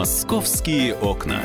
«Московские окна».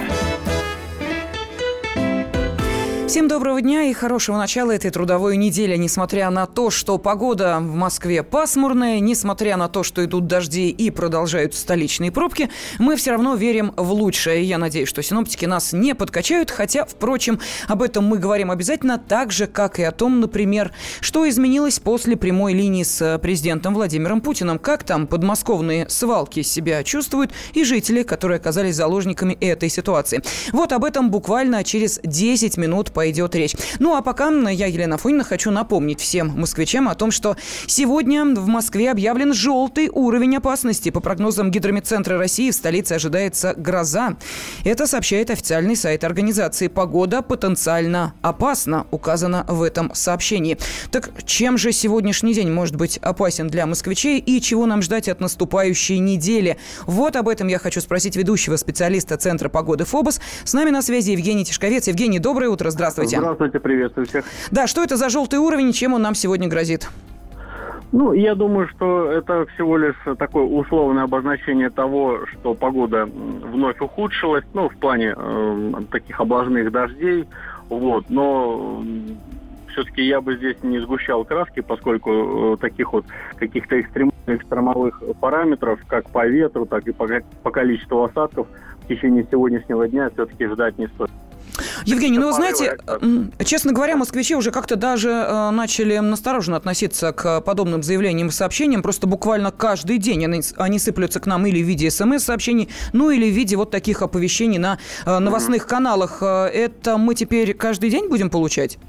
Всем доброго дня и хорошего начала этой трудовой недели. Несмотря на то, что погода в Москве пасмурная, несмотря на то, что идут дожди и продолжаются столичные пробки, мы все равно верим в лучшее. Я надеюсь, что синоптики нас не подкачают, хотя, впрочем, об этом мы говорим обязательно, так же, как и о том, например, что изменилось после прямой линии с президентом Владимиром Путиным, как там подмосковные свалки себя чувствуют и жители, которые оказались заложниками этой ситуации. Вот об этом буквально через 10 минут пойдет речь. Ну, а пока я, Елена Афонина, хочу напомнить всем москвичам о том, что сегодня в Москве объявлен желтый уровень опасности. По прогнозам Гидрометцентра России, в столице ожидается гроза. Это сообщает официальный сайт организации. Погода потенциально опасна, указано в этом сообщении. Так чем же сегодняшний день может быть опасен для москвичей и чего нам ждать от наступающей недели? Вот об этом я хочу спросить ведущего специалиста Центра погоды ФОБОС. С нами на связи Евгений Тишковец. Евгений, доброе утро. Здравствуйте. Здравствуйте, приветствую всех. Да, что это за желтый уровень, чем он нам сегодня грозит? Ну, я думаю, что это всего лишь такое условное обозначение того, что погода вновь ухудшилась, ну, в плане таких облажных дождей, вот, но все-таки я бы здесь не сгущал краски, поскольку таких вот каких-то экстремальных штормовых параметров, как по ветру, так и по количеству осадков в течение сегодняшнего дня все-таки ждать не стоит. Евгений, ну вы знаете, честно говоря, москвичи уже как-то даже начали настороженно относиться к подобным заявлениям и сообщениям. Просто буквально каждый день они сыплются к нам или в виде СМС-сообщений, ну или в виде вот таких оповещений на новостных каналах. Это мы теперь каждый день будем получать?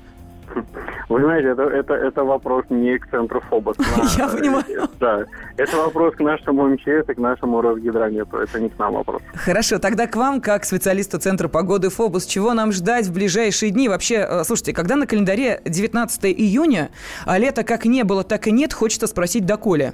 Вы знаете, это вопрос не к Центру ФОБОС. Я понимаю. Да, это вопрос к нашему МЧС и к нашему Росгидромету. Это не к нам вопрос. Хорошо, тогда к вам, как специалисту Центра погоды ФОБОС, чего нам ждать в ближайшие дни? Вообще, слушайте, когда на календаре 19 июня, а лета как не было, так и нет, хочется спросить доколе.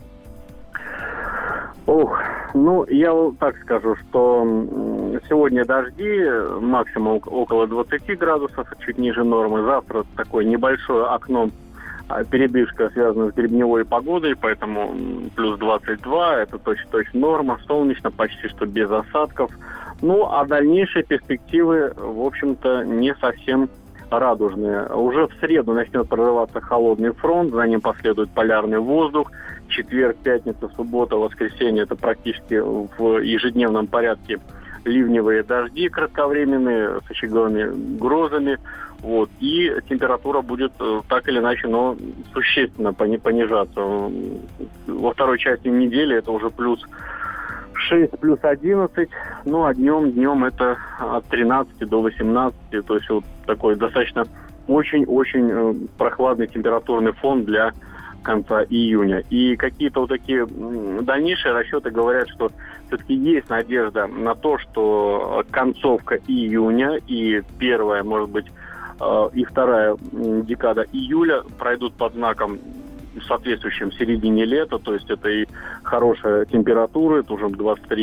Ох, ну, я так скажу, что сегодня дожди, максимум около 20 градусов, чуть ниже нормы. Завтра такое небольшое окно, передышка, связанная с гребневой погодой, поэтому плюс 22, это точно норма, солнечно, почти что без осадков. Ну, а дальнейшие перспективы, в общем-то, не совсем радужные. Уже в среду начнет прорываться холодный фронт, за ним последует полярный воздух. Четверг, пятница, суббота, воскресенье – это практически в ежедневном порядке ливневые дожди кратковременные с очаговыми грозами. Вот. И температура будет так или иначе, но существенно понижаться. Во второй части недели это уже плюс 6, плюс 11, ну а днем это от 13 до 18, то есть вот такой достаточно очень-очень прохладный температурный фон для конца июня. И какие-то вот такие дальнейшие расчеты говорят, что все-таки есть надежда на то, что концовка июня и первая, может быть, и вторая декада июля пройдут под знаком соответствующим середине лета, то есть это и хорошая температура, это уже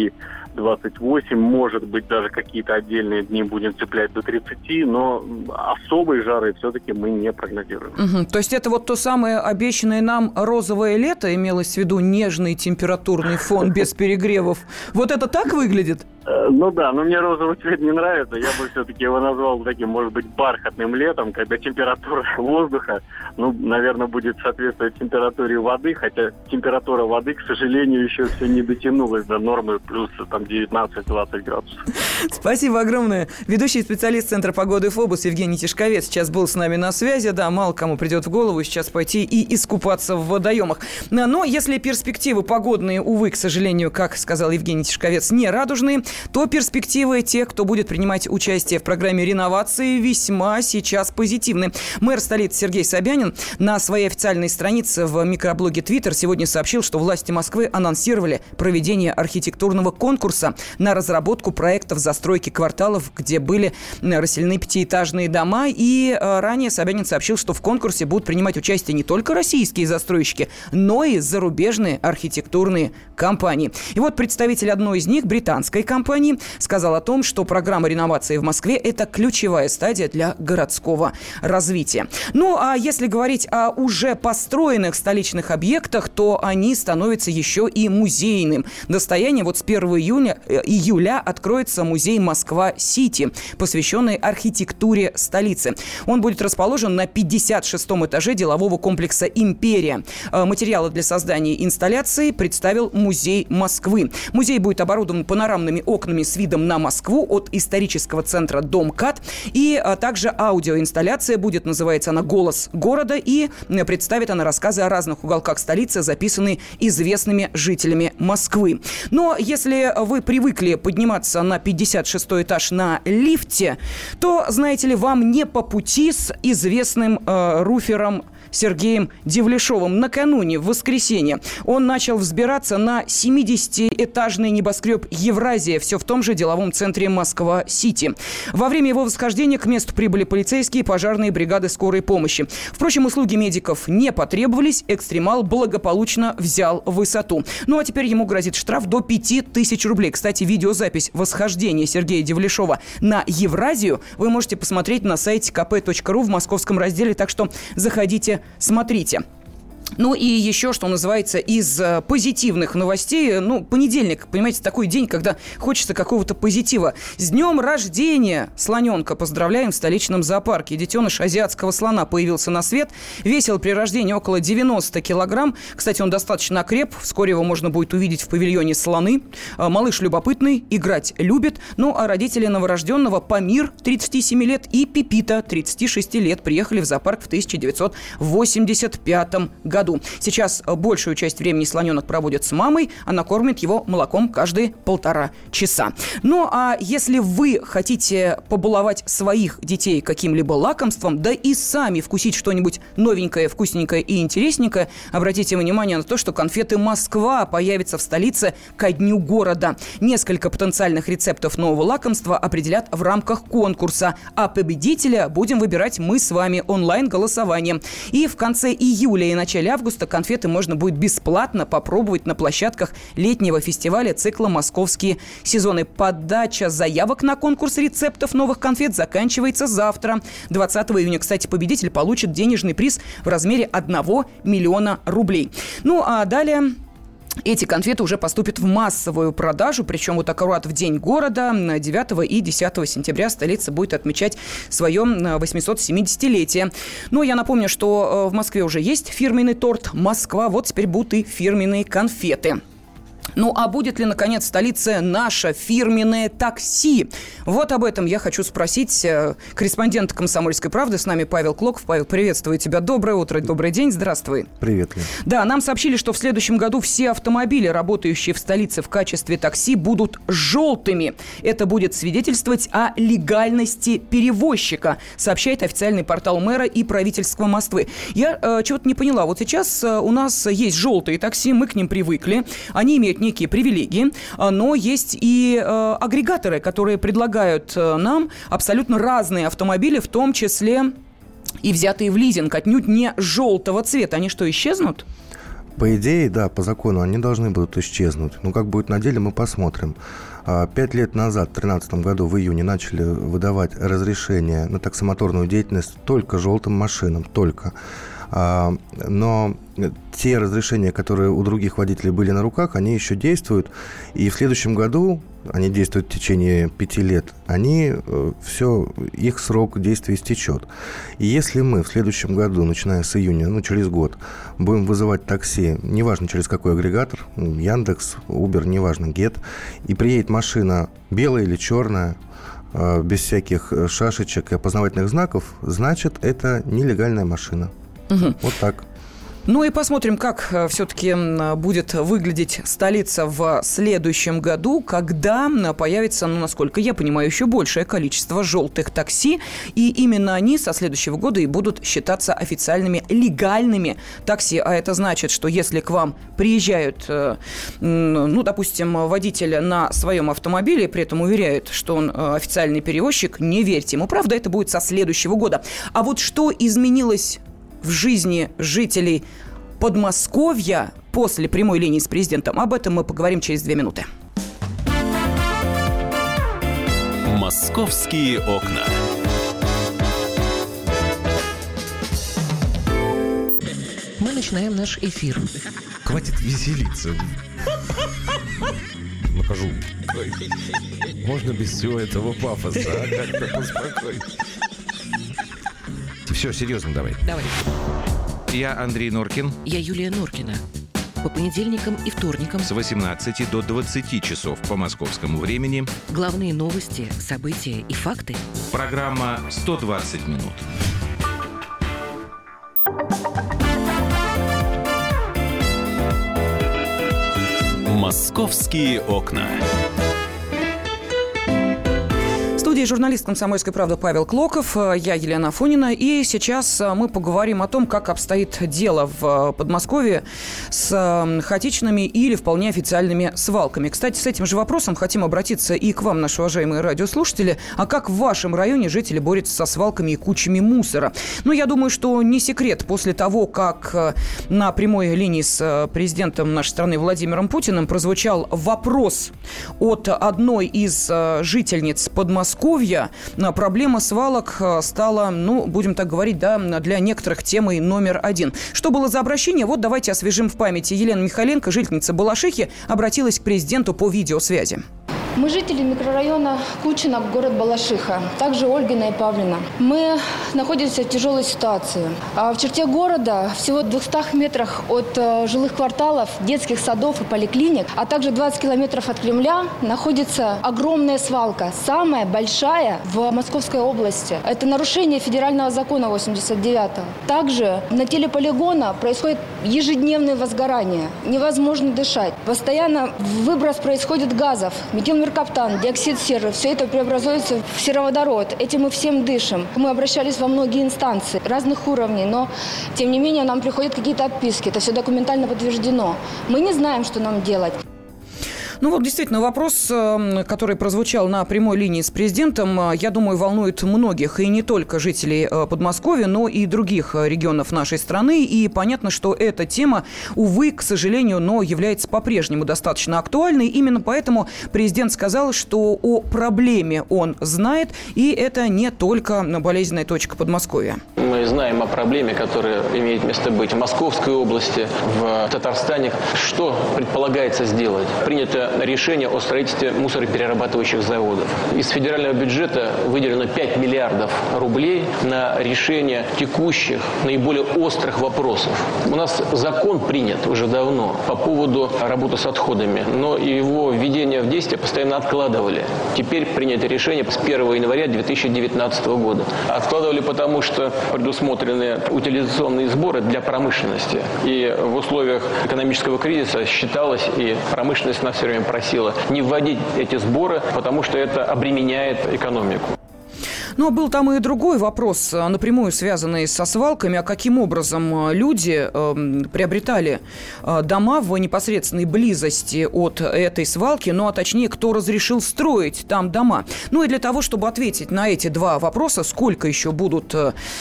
23-28, может быть, даже какие-то отдельные дни будем цеплять до 30, но особой жары все-таки мы не прогнозируем. Угу. То есть это вот то самое обещанное нам розовое лето, имелось в виду нежный температурный фон без перегревов. Вот это так выглядит? Ну да, но мне розовый цвет не нравится. Я бы все-таки его назвал таким, может быть, бархатным летом, когда температура воздуха, ну, наверное, будет соответствовать температуре воды, хотя температура воды, к сожалению, еще все не дотянулась до нормы плюс там 19-20 градусов. Спасибо огромное. Ведущий специалист Центра погоды ФОБОС Евгений Тишковец сейчас был с нами на связи. Да, мало кому придет в голову сейчас пойти и искупаться в водоемах. Но если перспективы погодные, увы, к сожалению, как сказал Евгений Тишковец, не радужные, то перспективы тех, кто будет принимать участие в программе реновации, весьма сейчас позитивны. Мэр столицы Сергей Собянин на своей официальной странице в микроблоге Twitter сегодня сообщил, что власти Москвы анонсировали проведение архитектурного конкурса на разработку проектов застройки кварталов, где были расселены пятиэтажные дома. И ранее Собянин сообщил, что в конкурсе будут принимать участие не только российские застройщики, но и зарубежные архитектурные компании. И вот представитель одной из них, британской компании, компании, сказал о том, что программа реновации в Москве – это ключевая стадия для городского развития. Ну, а если говорить о уже построенных столичных объектах, то они становятся еще и музейным достоянием. Вот с 1 июля откроется музей Москва-Сити, посвященный архитектуре столицы. Он будет расположен на 56-м этаже делового комплекса «Империя». Материалы для создания инсталляции представил Музей Москвы. Музей будет оборудован панорамными окнами с видом на Москву от исторического центра Дом КАТ. И также аудиоинсталляция будет, называется она «Голос города», и представит она рассказы о разных уголках столицы, записанные известными жителями Москвы. Но если вы привыкли подниматься на 56-й этаж на лифте, то, знаете ли, вам не по пути с известным руфером Сергеем Девлешовым. Накануне, в воскресенье, он начал взбираться на 70-этажный небоскреб «Евразия», все в том же деловом центре Москва-Сити. Во время его восхождения к месту прибыли полицейские, пожарные, бригады скорой помощи. Впрочем, услуги медиков не потребовались, экстремал благополучно взял высоту. Ну а теперь ему грозит штраф до 5000 рублей. Кстати, видеозапись восхождения Сергея Девлешова на «Евразию» вы можете посмотреть на сайте kp.ru в московском разделе, так что заходите, смотрите. Ну и еще, что называется, из позитивных новостей. Ну, понедельник, понимаете, такой день, когда хочется какого-то позитива. С днем рождения слоненка поздравляем в столичном зоопарке. Детеныш азиатского слона появился на свет. Весил при рождении около 90 килограмм. Кстати, он достаточно окреп. Вскоре его можно будет увидеть в павильоне слоны. Малыш любопытный, играть любит. Ну, а родители новорожденного Памир, 37 лет, и Пипита, 36 лет, приехали в зоопарк в 1985 году. Сейчас большую часть времени слоненок проводит с мамой, она кормит его молоком каждые 1,5 часа. Ну, а если вы хотите побаловать своих детей каким-либо лакомством, да и сами вкусить что-нибудь новенькое, вкусненькое и интересненькое, обратите внимание на то, что конфеты «Москва» появятся в столице ко дню города. Несколько потенциальных рецептов нового лакомства определят в рамках конкурса, а победителя будем выбирать мы с вами онлайн-голосованием. И в конце июля и начале августа конфеты можно будет бесплатно попробовать на площадках летнего фестиваля цикла «Московские сезоны». Подача заявок на конкурс рецептов новых конфет заканчивается завтра, 20 июня. Кстати, победитель получит денежный приз в размере 1 миллиона рублей. Ну, а далее... Эти конфеты уже поступят в массовую продажу, причем вот аккурат в день города, 9 и 10 сентября столица будет отмечать свое 870-летие. Но я напомню, что в Москве уже есть фирменный торт «Москва», вот теперь будут и фирменные конфеты. Ну, а будет ли, наконец, в столице наше фирменное такси? Вот об этом я хочу спросить корреспондента «Комсомольской правды». С нами Павел Клоков. Павел, приветствую тебя. Доброе утро, добрый день. Здравствуй. Привет, Лен. Да, нам сообщили, что в следующем году все автомобили, работающие в столице в качестве такси, будут желтыми. Это будет свидетельствовать о легальности перевозчика, сообщает официальный портал мэра и правительства Москвы. Я чего-то не поняла. Вот сейчас у нас есть желтые такси, мы к ним привыкли. Они имеют некие привилегии, но есть и агрегаторы, которые предлагают нам абсолютно разные автомобили, в том числе и взятые в лизинг, отнюдь не желтого цвета. Они что, исчезнут? По идее, да, по закону они должны будут исчезнуть. Но как будет на деле, мы посмотрим. 5 лет назад, в 2013 году, в июне, начали выдавать разрешение на таксомоторную деятельность только желтым машинам, только. Но те разрешения, которые у других водителей были на руках, они еще действуют. И в следующем году, они действуют в течение 5 лет, их срок действия истечет. И если мы в следующем году, начиная с июня, через год, будем вызывать такси, неважно через какой агрегатор, Яндекс, Uber, неважно, Get, и приедет машина белая или черная, без всяких шашечек и опознавательных знаков, значит, это нелегальная машина. Угу. Вот так. Ну и посмотрим, как все-таки будет выглядеть столица в следующем году, когда появится, насколько я понимаю, еще большее количество желтых такси. И именно они со следующего года и будут считаться официальными легальными такси. А это значит, что если к вам приезжают, допустим, водитель на своем автомобиле, при этом уверяют, что он официальный перевозчик, не верьте ему. Правда, это будет со следующего года. А вот что изменилось в жизни жителей Подмосковья после прямой линии с президентом, об этом мы поговорим через 2 минуты. «Московские окна». Мы начинаем наш эфир. Хватит веселиться. Накажу. Можно без всего этого пафоса, как-то поспокойнее. Все, серьезно давай. Давай. Я Андрей Норкин. Я Юлия Норкина. По понедельникам и вторникам С 18 до 20 часов по московскому времени. главные новости, события и факты. Программа «120 минут». «Московские окна». В студии журналист «Комсомольской правды» Павел Клоков, я Елена Афонина. И сейчас мы поговорим о том, как обстоит дело в Подмосковье с хаотичными или вполне официальными свалками. Кстати, с этим же вопросом хотим обратиться и к вам, наши уважаемые радиослушатели. А как в вашем районе жители борются со свалками и кучами мусора? Ну, я думаю, что не секрет. После того, как на прямой линии с президентом нашей страны Владимиром Путиным прозвучал вопрос от одной из жительниц Подмосковья, проблема свалок стала, ну, будем так говорить, да, для некоторых темой номер один. Что было за обращение? Вот давайте освежим в памяти. Елена Михаленко, жительница Балашихи, обратилась к президенту по видеосвязи. Мы жители микрорайона Кучина, город Балашиха, также Ольгина и Павлина. Мы находимся в тяжелой ситуации. В черте города, всего в 200 метрах от жилых кварталов, детских садов и поликлиник, а также 20 километров от Кремля, находится огромная свалка, самая большая в Московской области. Это нарушение федерального закона 89-го. Также на теле полигона происходит ежедневное возгорание. Невозможно дышать. Постоянно выброс происходит газов, метилмеркаптан, диоксид серы. Все это преобразуется в сероводород. Этим мы всем дышим. Мы обращались во многие инстанции разных уровней, но тем не менее нам приходят какие-то отписки. Это все документально подтверждено. Мы не знаем, что нам делать. Ну вот действительно вопрос, который прозвучал на прямой линии с президентом, я думаю, волнует многих, и не только жителей Подмосковья, но и других регионов нашей страны. И понятно, что эта тема, увы, к сожалению, но является по-прежнему достаточно актуальной. Именно поэтому президент сказал, что о проблеме он знает, и это не только болезненная точка Подмосковья. Мы знаем о проблеме, которая имеет место быть в Московской области, в Татарстане. Что предполагается сделать? Принято решение о строительстве мусороперерабатывающих заводов. Из федерального бюджета выделено 5 миллиардов рублей на решение текущих, наиболее острых вопросов. У нас закон принят уже давно по поводу работы с отходами, но его введение в действие постоянно откладывали. Теперь принято решение с 1 января 2019 года. Откладывали потому, что предусмотрены утилизационные сборы для промышленности. И в условиях экономического кризиса считалось, и промышленность на все время просила не вводить эти сборы, потому что это обременяет экономику. Но был там и другой вопрос, напрямую связанный со свалками. А каким образом люди приобретали дома в непосредственной близости от этой свалки? Ну, а точнее, кто разрешил строить там дома? Ну, и для того, чтобы ответить на эти два вопроса, сколько еще будут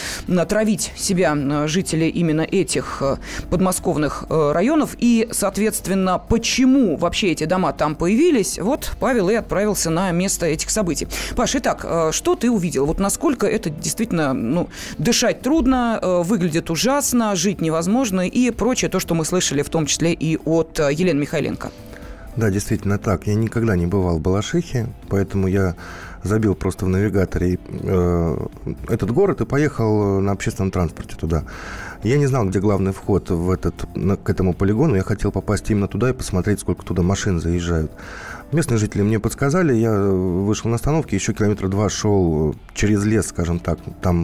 травить себя жители именно этих подмосковных районов и, соответственно, почему вообще эти дома там появились, вот Павел и отправился на место этих событий. Паш, итак, что ты увидел? Вот насколько это действительно, дышать трудно, выглядит ужасно, жить невозможно и прочее, то, что мы слышали в том числе и от Елены Михаленко. Да, действительно так. Я никогда не бывал в Балашихе, поэтому я забил просто в навигаторе этот город и поехал на общественном транспорте туда. Я не знал, где главный вход к этому полигону. Я хотел попасть именно туда и посмотреть, сколько туда машин заезжают. Местные жители мне подсказали, я вышел на остановке, еще километра 2 шел через лес, скажем так. Там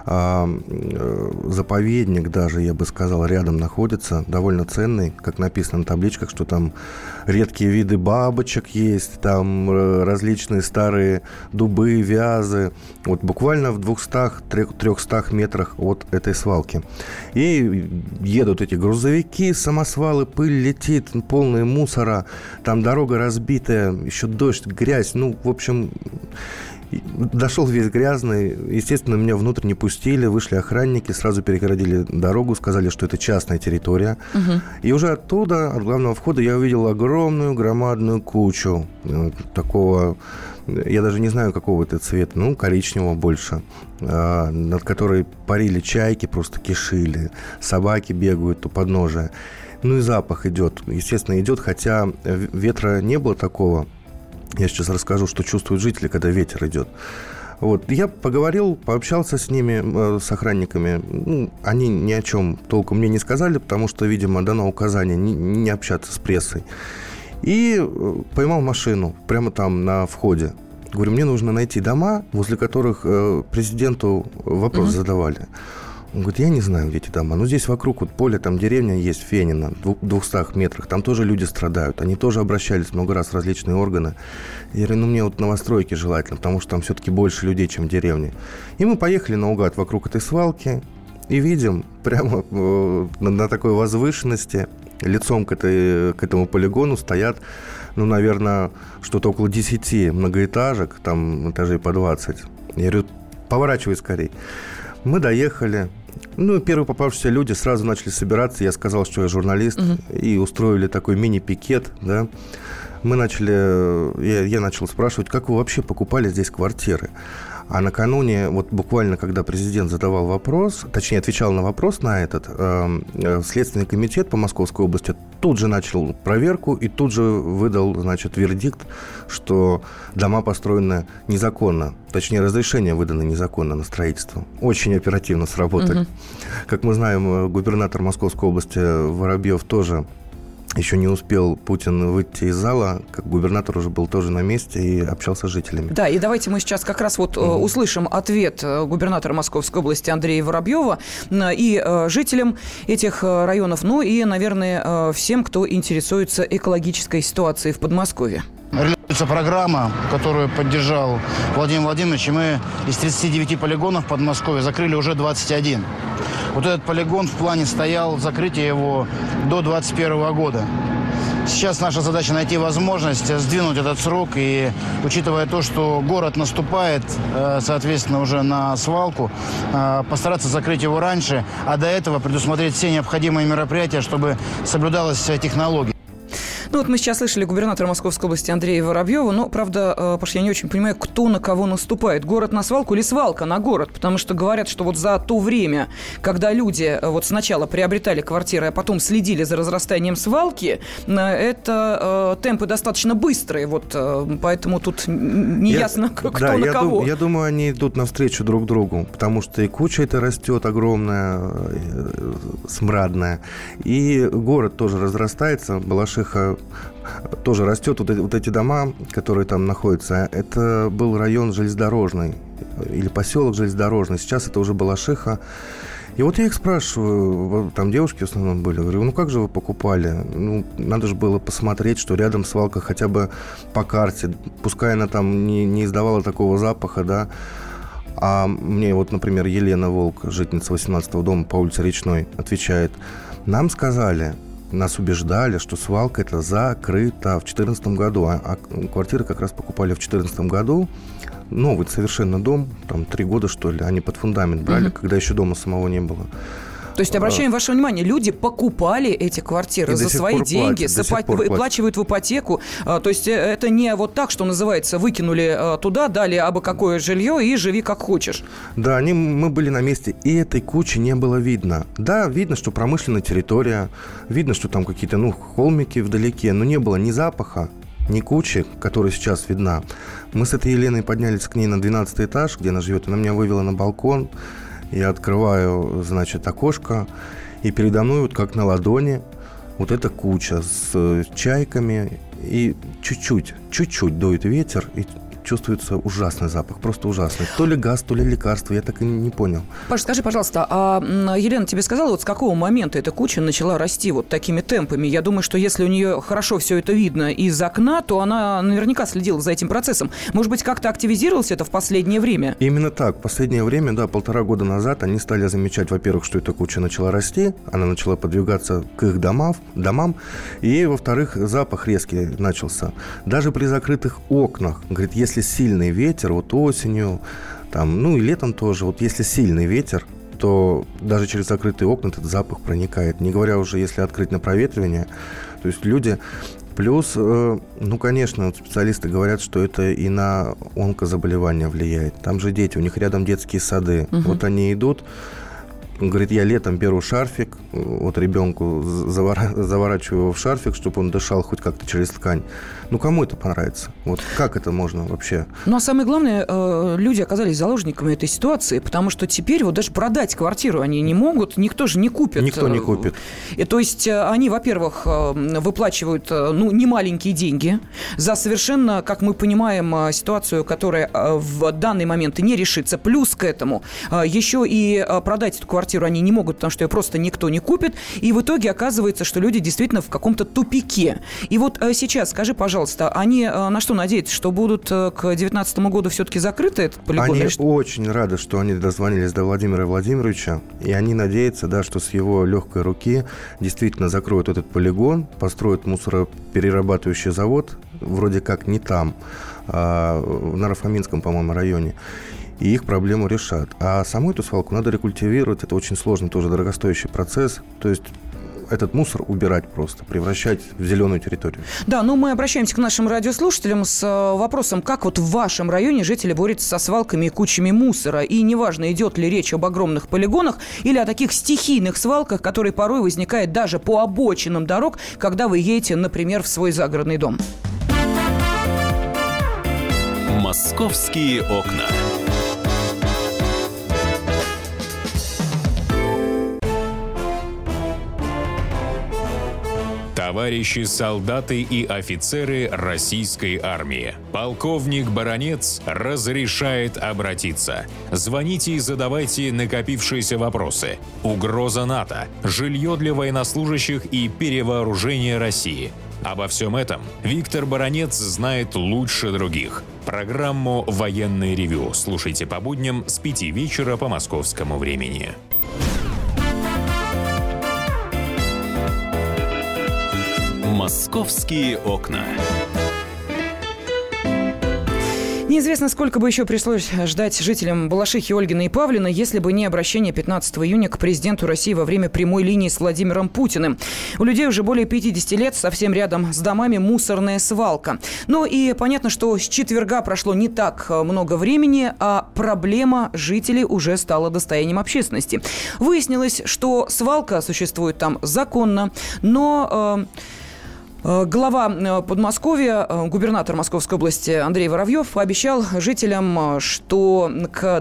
заповедник даже, я бы сказал, рядом находится, довольно ценный, как написано на табличках, что там редкие виды бабочек есть, там различные старые дубы, вязы. Вот буквально в 200-300 метрах от этой свалки. И едут эти грузовики, самосвалы, пыль летит, полные мусора, там дорога разбитая, еще дождь, грязь, в общем... Дошел весь грязный. Естественно, меня внутрь не пустили. Вышли охранники, сразу перегородили дорогу, сказали, что это частная территория. И уже оттуда, от главного входа, я увидел огромную, громадную кучу такого... Я даже не знаю, какого это цвета, коричневого больше, над которой парили чайки, просто кишили, собаки бегают у подножия. И запах идет, естественно, идет, хотя ветра не было такого. Я сейчас расскажу, что чувствуют жители, когда ветер идет. Я поговорил, пообщался с ними, с охранниками. Они ни о чем толком мне не сказали, потому что, видимо, дано указание не общаться с прессой. И поймал машину прямо там, на входе. Говорю, мне нужно найти дома, возле которых президенту вопрос задавали. Он говорит, я не знаю, где эти дома. Здесь вокруг поле, там деревня есть, Фенино, в 200 метрах. Там тоже люди страдают. Они тоже обращались много раз в различные органы. Я говорю, мне новостройки желательно, потому что там все-таки больше людей, чем в деревне. И мы поехали наугад вокруг этой свалки и видим прямо на такой возвышенности, лицом к этому полигону стоят, наверное, что-то около 10 многоэтажек, там этажей по 20. Я говорю, поворачивай скорей. Мы доехали. Первые попавшиеся люди сразу начали собираться. Я сказал, что я журналист, и устроили такой мини-пикет, да. Я начал спрашивать, как вы вообще покупали здесь квартиры? А накануне, буквально, когда президент задавал вопрос, точнее, отвечал на вопрос на этот, Следственный комитет по Московской области тут же начал проверку и тут же выдал, вердикт, что дома построены незаконно. Точнее, разрешение выдано незаконно на строительство. Очень оперативно сработали. Как мы знаем, губернатор Московской области Воробьев тоже... Еще не успел Путин выйти из зала, как губернатор уже был тоже на месте и общался с жителями. Да, и давайте мы сейчас как раз услышим ответ губернатора Московской области Андрея Воробьева и жителям этих районов, и, наверное, всем, кто интересуется экологической ситуацией в Подмосковье. Реализуется программа, которую поддержал Владимир Владимирович, и мы из 39 полигонов в Подмосковье закрыли уже 21. Этот полигон в плане стоял, закрытие его до 2021 года. Сейчас наша задача найти возможность сдвинуть этот срок и, учитывая то, что город наступает, соответственно, уже на свалку, постараться закрыть его раньше, а до этого предусмотреть все необходимые мероприятия, чтобы соблюдалась технология. Мы сейчас слышали губернатора Московской области Андрея Воробьева, но, правда, потому что я не очень понимаю, кто на кого наступает. Город на свалку или свалка на город? Потому что говорят, что за то время, когда люди сначала приобретали квартиры, а потом следили за разрастанием свалки, это темпы достаточно быстрые, поэтому тут не ясно, кто на кого. Я думаю, они идут навстречу друг другу, потому что и куча эта растет огромная, смрадная, и город тоже разрастается, Балашиха тоже растет. Эти дома, которые там находятся, это был район железнодорожный или поселок железнодорожный. Сейчас это уже Балашиха. И я их спрашиваю, там девушки в основном были, говорю, как же вы покупали? Надо же было посмотреть, что рядом свалка хотя бы по карте, пускай она там не издавала такого запаха, да. А мне например, Елена Волк, жительница 18-го дома по улице Речной, отвечает, нам сказали... Нас убеждали, что свалка это закрыта в 2014 году, а квартиры как раз покупали в 2014 году. Новый совершенно дом, там 3 года, что ли, они под фундамент брали, когда еще дома самого не было. То есть, обращаем ваше внимание, люди покупали эти квартиры за свои деньги, выплачивают в ипотеку. То есть, это не так, что называется, выкинули туда, дали абы какое жилье и живи как хочешь. Да, мы были на месте, и этой кучи не было видно. Да, видно, что промышленная территория, видно, что там какие-то, холмики вдалеке, но не было ни запаха, ни кучи, которая сейчас видна. Мы с этой Еленой поднялись к ней на 12 этаж, где она живет, она меня вывела на балкон. Я открываю, окошко, и передо мной, как на ладони, эта куча с чайками, и чуть-чуть дует ветер, и чувствуется ужасный запах, просто ужасный. То ли газ, то ли лекарство, я так и не понял. Паш, скажи, пожалуйста, а Елена тебе сказала, с какого момента эта куча начала расти такими темпами? Я думаю, что если у нее хорошо все это видно из окна, то она наверняка следила за этим процессом. Может быть, как-то активизировалось это в последнее время? Именно так. В последнее время, 1,5 года назад, они стали замечать, во-первых, что эта куча начала расти, она начала подвигаться к их домам, и, во-вторых, запах резкий начался. Даже при закрытых окнах. Говорит, если если сильный ветер, вот осенью, там, ну и летом тоже, вот если сильный ветер, то даже через закрытые окна этот запах проникает. Не говоря уже, если открыть на проветривание. То есть люди... Плюс, ну, конечно, специалисты говорят, что это и на онкозаболевания влияет. Там же дети, у них рядом детские сады. Вот они идут... Он говорит, я летом беру шарфик, вот ребенку заворачиваю его в шарфик, чтобы он дышал хоть как-то через ткань. Ну, кому это понравится? Вот как это можно вообще? Ну, а самое главное, люди оказались заложниками этой ситуации, потому что теперь вот даже продать квартиру они не могут, никто же не купит. Никто не купит. И, то есть они, во-первых, выплачивают, ну, немаленькие деньги за совершенно, как мы понимаем, ситуацию, которая в данный момент не решится. Плюс к этому еще и продать эту квартиру они не могут, потому что ее просто никто не купит. И в итоге оказывается, что люди действительно в каком-то тупике. И вот сейчас, скажи, пожалуйста, они на что надеются? Что будут к 2019 году все-таки закрыты этот полигон? Они очень рады, что они дозвонились до Владимира Владимировича. И они надеются, да, что с его легкой руки действительно закроют этот полигон, построят мусороперерабатывающий завод, вроде как не там, в Наро-Фоминском, по-моему, районе. И их проблему решат. А саму эту свалку надо рекультивировать. Это очень сложный, тоже дорогостоящий процесс. То есть этот мусор убирать просто, превращать в зеленую территорию. Да, ну мы обращаемся к нашим радиослушателям с вопросом, как вот в вашем районе жители борются со свалками и кучами мусора. И неважно, идет ли речь об огромных полигонах или о таких стихийных свалках, которые порой возникают даже по обочинам дорог, когда вы едете, например, в свой загородный дом. «Московские окна». Товарищи солдаты и офицеры российской армии. Полковник Баранец разрешает обратиться. Звоните и задавайте накопившиеся вопросы. Угроза НАТО, жилье для военнослужащих и перевооружение России. Обо всем этом Виктор Баранец знает лучше других. Программу «Военное ревю» слушайте по будням с 5 вечера по московскому времени. «Московские окна». Неизвестно, сколько бы еще пришлось ждать жителям Балашихи, Ольгина и Павлина, если бы не обращение 15 июня к президенту России во время прямой линии с Владимиром Путиным. У людей уже более 50 лет, совсем рядом с домами мусорная свалка. Ну и понятно, что с четверга прошло не так много времени, а проблема жителей уже стала достоянием общественности. Выяснилось, что свалка существует там законно, но... Глава Подмосковья, губернатор Московской области Андрей Воробьев пообещал жителям, что к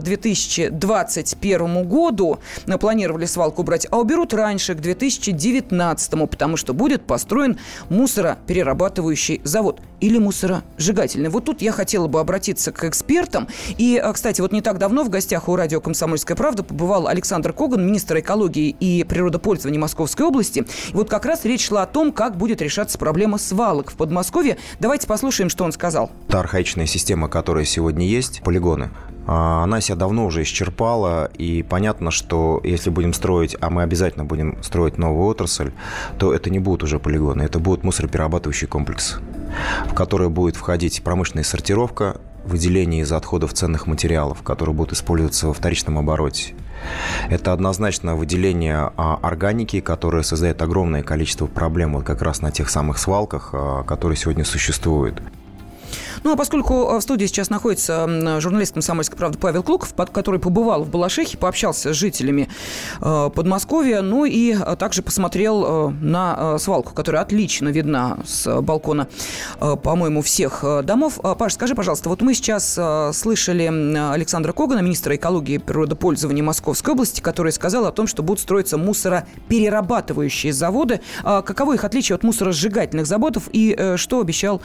2021 году планировали свалку убрать, а уберут раньше, к 2019, потому что будет построен мусороперерабатывающий завод или мусоросжигательный. Вот тут я хотела бы обратиться к экспертам. И, кстати, вот не так давно в гостях у радио «Комсомольская правда» побывал Александр Коган, министр экологии и природопользования Московской области. И вот как раз речь шла о том, как будет решаться проблема свалок в Подмосковье. Давайте послушаем, что он сказал. Та архаичная система, которая сегодня есть, полигоны, она себя давно уже исчерпала, и понятно, что если будем строить, а мы обязательно будем строить новую отрасль, то это не будут уже полигоны, это будет мусороперерабатывающий комплекс, в который будет входить промышленная сортировка, выделение из отходов ценных материалов, которые будут использоваться во вторичном обороте. Это однозначно выделение органики, которое создает огромное количество проблем вот как раз на тех самых свалках, которые сегодня существуют. Ну, а поскольку в студии сейчас находится журналист «Комсомольской правды» Павел Клоков, который побывал в Балашихе, пообщался с жителями Подмосковья, ну и также посмотрел на свалку, которая отлично видна с балкона, по-моему, всех домов. Паш, скажи, пожалуйста, вот мы сейчас слышали Александра Когана, министра экологии и природопользования Московской области, который сказал о том, что будут строиться мусороперерабатывающие заводы. Каково их отличие от мусоросжигательных заводов и что обещал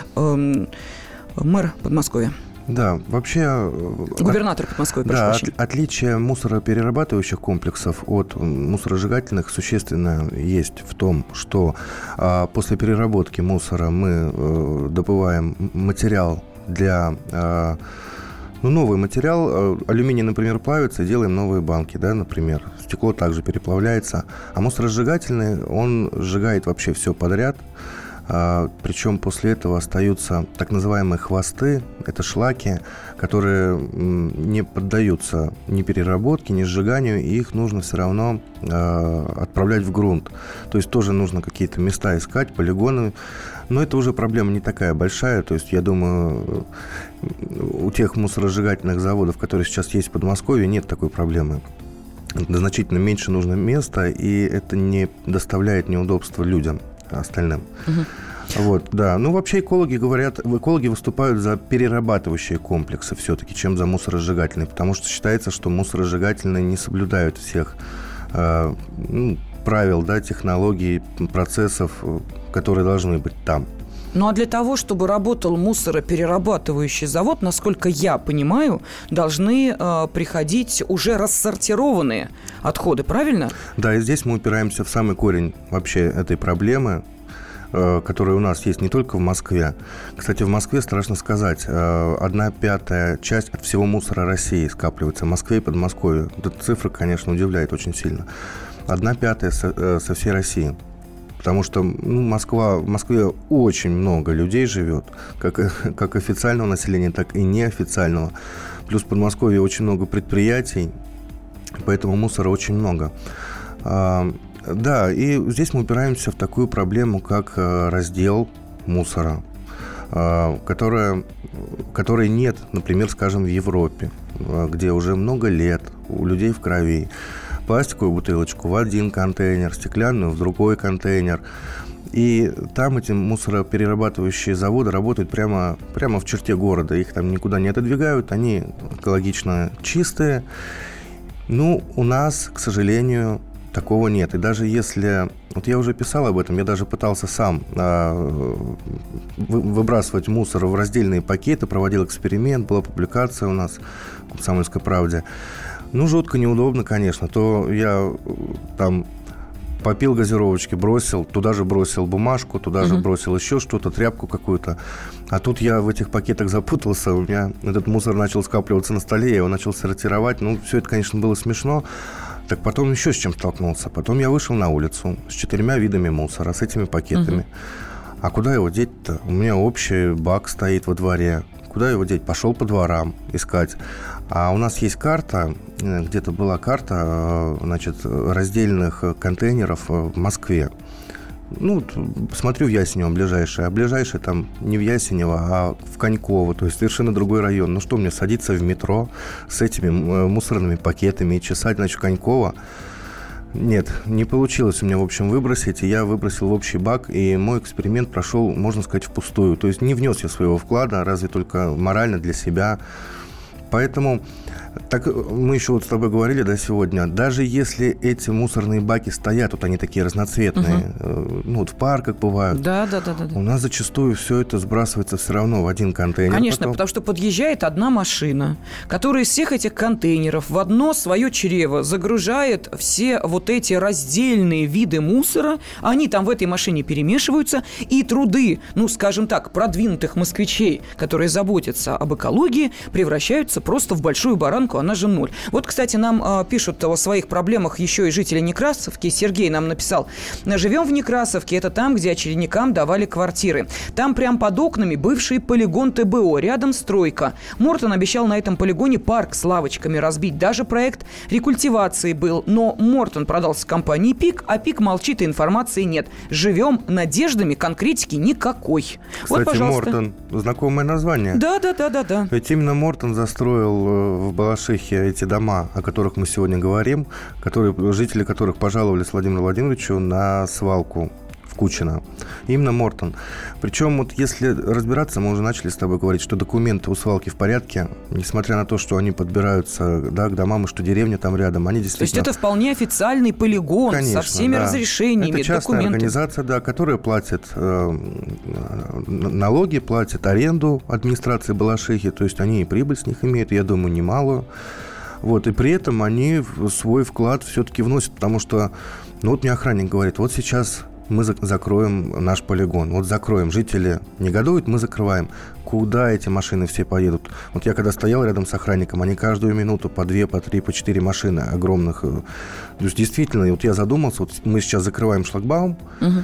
мэр Подмосковья? Да, вообще... Губернатор Подмосковья, прошу прощения. Отличие мусороперерабатывающих комплексов от мусоросжигательных существенно есть в том, что после переработки мусора мы добываем материал для... новый материал, алюминий, например, плавится, и делаем новые банки, да, например. Стекло также переплавляется. А мусоросжигательный, он сжигает вообще все подряд. Причем после этого остаются так называемые хвосты, это шлаки, которые не поддаются ни переработке, ни сжиганию, и их нужно все равно отправлять в грунт. То есть тоже нужно какие-то места искать, полигоны. Но это уже проблема не такая большая. То есть, я думаю, у тех мусоросжигательных заводов, которые сейчас есть в Подмосковье, нет такой проблемы. Значительно меньше нужно места, и это не доставляет неудобства людям остальным. Вот, да. Ну, вообще экологи выступают за перерабатывающие комплексы все-таки, чем за мусоросжигательные, потому что считается, что мусоросжигательные не соблюдают всех правил, да, технологий, процессов, которые должны быть там. Ну, а для того, чтобы работал мусороперерабатывающий завод, насколько я понимаю, должны приходить уже рассортированные отходы, правильно? Да, и здесь мы упираемся в самый корень вообще этой проблемы, которая у нас есть не только в Москве. Кстати, в Москве, страшно сказать, 1/5 часть от всего мусора России скапливается в Москве и Подмосковье. Эта цифра, конечно, удивляет очень сильно. 1/5 со всей России. Потому что в Москве очень много людей живет, как официального населения, так и неофициального. Плюс в Подмосковье очень много предприятий, поэтому мусора очень много. Да, и здесь мы упираемся в такую проблему, как раздел мусора, которой нет, например, скажем, в Европе, где уже много лет у людей в крови. Пластиковую бутылочку в один контейнер, стеклянную в другой контейнер. И там эти мусороперерабатывающие заводы работают прямо в черте города. Их там никуда не отодвигают, они экологично чистые. Ну, у нас, к сожалению, такого нет. И даже если... Вот я уже писал об этом, я даже пытался сам выбрасывать мусор в раздельные пакеты, проводил эксперимент, была публикация у нас в «Комсомольской правде». Ну, жутко неудобно, конечно. То я там попил газировочки, бросил, туда же бросил бумажку, туда же бросил еще что-то, тряпку какую-то. А тут я в этих пакетах запутался, у меня этот мусор начал скапливаться на столе, я его начал сортировать. Ну, все это, конечно, было смешно. Так потом еще с чем столкнулся. Потом я вышел на улицу с 4 видами мусора, с этими пакетами. А куда его деть-то? У меня общий бак стоит во дворе. Куда его деть? Пошел по дворам искать. А у нас есть карта, где-то была карта, значит, раздельных контейнеров в Москве. Ну, смотрю в Ясенево ближайшее, а ближайшее там не в Ясенево, а в Коньково, то есть совершенно другой район. Ну что, мне садиться в метро с этими мусорными пакетами и чесать, значит, Коньково? Нет, не получилось у меня, в общем, выбросить. И я выбросил в общий бак, и мой эксперимент прошел, можно сказать, впустую. То есть не внес я своего вклада, разве только морально для себя. Поэтому, так мы еще вот с тобой говорили, да, сегодня, даже если эти мусорные баки стоят, вот они такие разноцветные, ну, вот в парках бывают, да. У нас зачастую все это сбрасывается все равно в один контейнер. Конечно, потому что подъезжает одна машина, которая из всех этих контейнеров в одно свое чрево загружает все вот эти раздельные виды мусора, они там в этой машине перемешиваются, и труды, ну, скажем так, продвинутых москвичей, которые заботятся об экологии, превращаются просто в большую баранку, она же ноль. Вот, кстати, нам пишут о своих проблемах еще и жители Некрасовки. Сергей нам написал: живем в Некрасовке, это там, где очередникам давали квартиры. Там прям под окнами бывший полигон ТБО, рядом стройка. Мортон обещал на этом полигоне парк с лавочками разбить. Даже проект рекультивации был. Но Мортон продался компании ПИК, а ПИК молчит, и информации нет. Живем надеждами, конкретики никакой. Кстати, вот, пожалуйста. Мортон, знакомое название. Да. Ведь именно Мортон застроил в Балашихе эти дома, о которых мы сегодня говорим, жители которых пожаловались Владимиру Владимировичу на свалку в Кучино. Именно Мортон. Причем, вот если разбираться, мы уже начали с тобой говорить, что документы у свалки в порядке, несмотря на то, что они подбираются, да, к домам, и что деревня там рядом, они действительно... То есть это вполне официальный полигон, конечно, со всеми разрешениями, это частная организация, да, которая платит налоги, платит аренду администрации Балашихи, то есть они и прибыль с них имеют, я думаю, немалую. Вот, и при этом они свой вклад все-таки вносят, потому что, ну вот мне охранник говорит, вот сейчас мы закроем наш полигон. Вот закроем. Жители негодуют, мы закрываем. Куда эти машины все поедут? Вот я когда стоял рядом с охранником, они каждую минуту по 2, по 3, по 4 машины огромных. То есть действительно, вот я задумался, вот мы сейчас закрываем шлагбаум,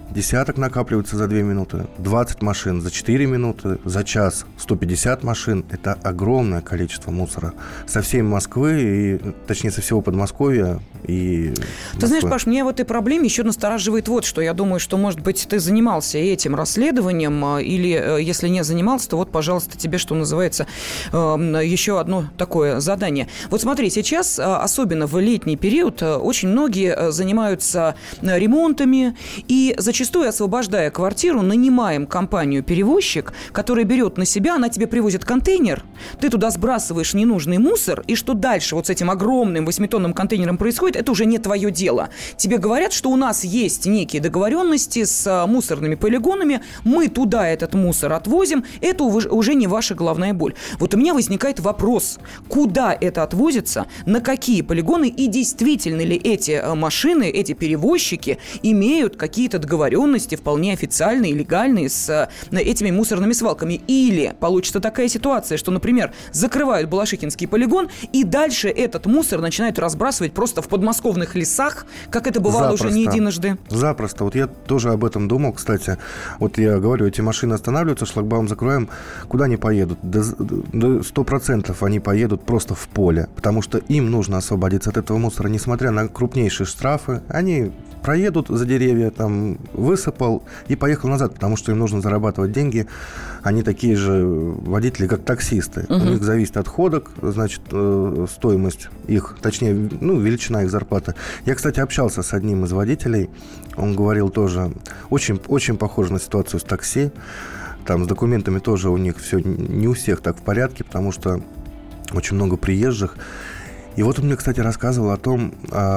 десяток накапливается за 2 минуты, 20 машин за 4 минуты, за час 150 машин. Это огромное количество мусора со всей Москвы, точнее, со всего Подмосковья и Москвы. Ты знаешь, Паш, мне в этой проблеме еще настораживает вот что. Я думаю, что, может быть, ты занимался этим расследованием, или, если не занимался, то вот, пожалуйста, тебе, что называется, еще одно такое задание. Вот смотри, сейчас, особенно в летний период, очень многие занимаются ремонтами, и зачастую, освобождая квартиру, нанимаем компанию-перевозчик, которая берет на себя, она тебе привозит контейнер, ты туда сбрасываешь ненужный мусор, и что дальше вот с этим огромным 8-тонным контейнером происходит, это уже не твое дело. Тебе говорят, что у нас есть некие договоренности с мусорными полигонами, мы туда этот мусор отвозим, это уже не ваша головная боль. Вот у меня возникает вопрос, куда это отвозится, на какие полигоны, и действительно ли эти машины, эти перевозчики имеют какие-то договоренности вполне официальные, легальные с этими мусорными свалками. Или получится такая ситуация, что, например, закрывают Балашихинский полигон, и дальше этот мусор начинают разбрасывать просто в подмосковных лесах, как это бывало уже не единожды. Запросто. Вот я тоже об этом думал, кстати. Вот я говорю, эти машины останавливаются, шлагбаум закрываем, куда они поедут? До 100% они поедут просто в поле, потому что им нужно освободиться от этого мусора, несмотря на крупнейшие штрафы. Они проедут за деревья, там, высыпал и поехал назад, потому что им нужно зарабатывать деньги. Они такие же водители, как таксисты. У них зависит от ходок, значит, стоимость их, точнее, величина их зарплаты. Я, кстати, общался с одним из водителей. Он говорил тоже, очень, очень похоже на ситуацию с такси. Там с документами тоже у них все не у всех так в порядке, потому что очень много приезжих. И вот он мне, кстати, рассказывал о том,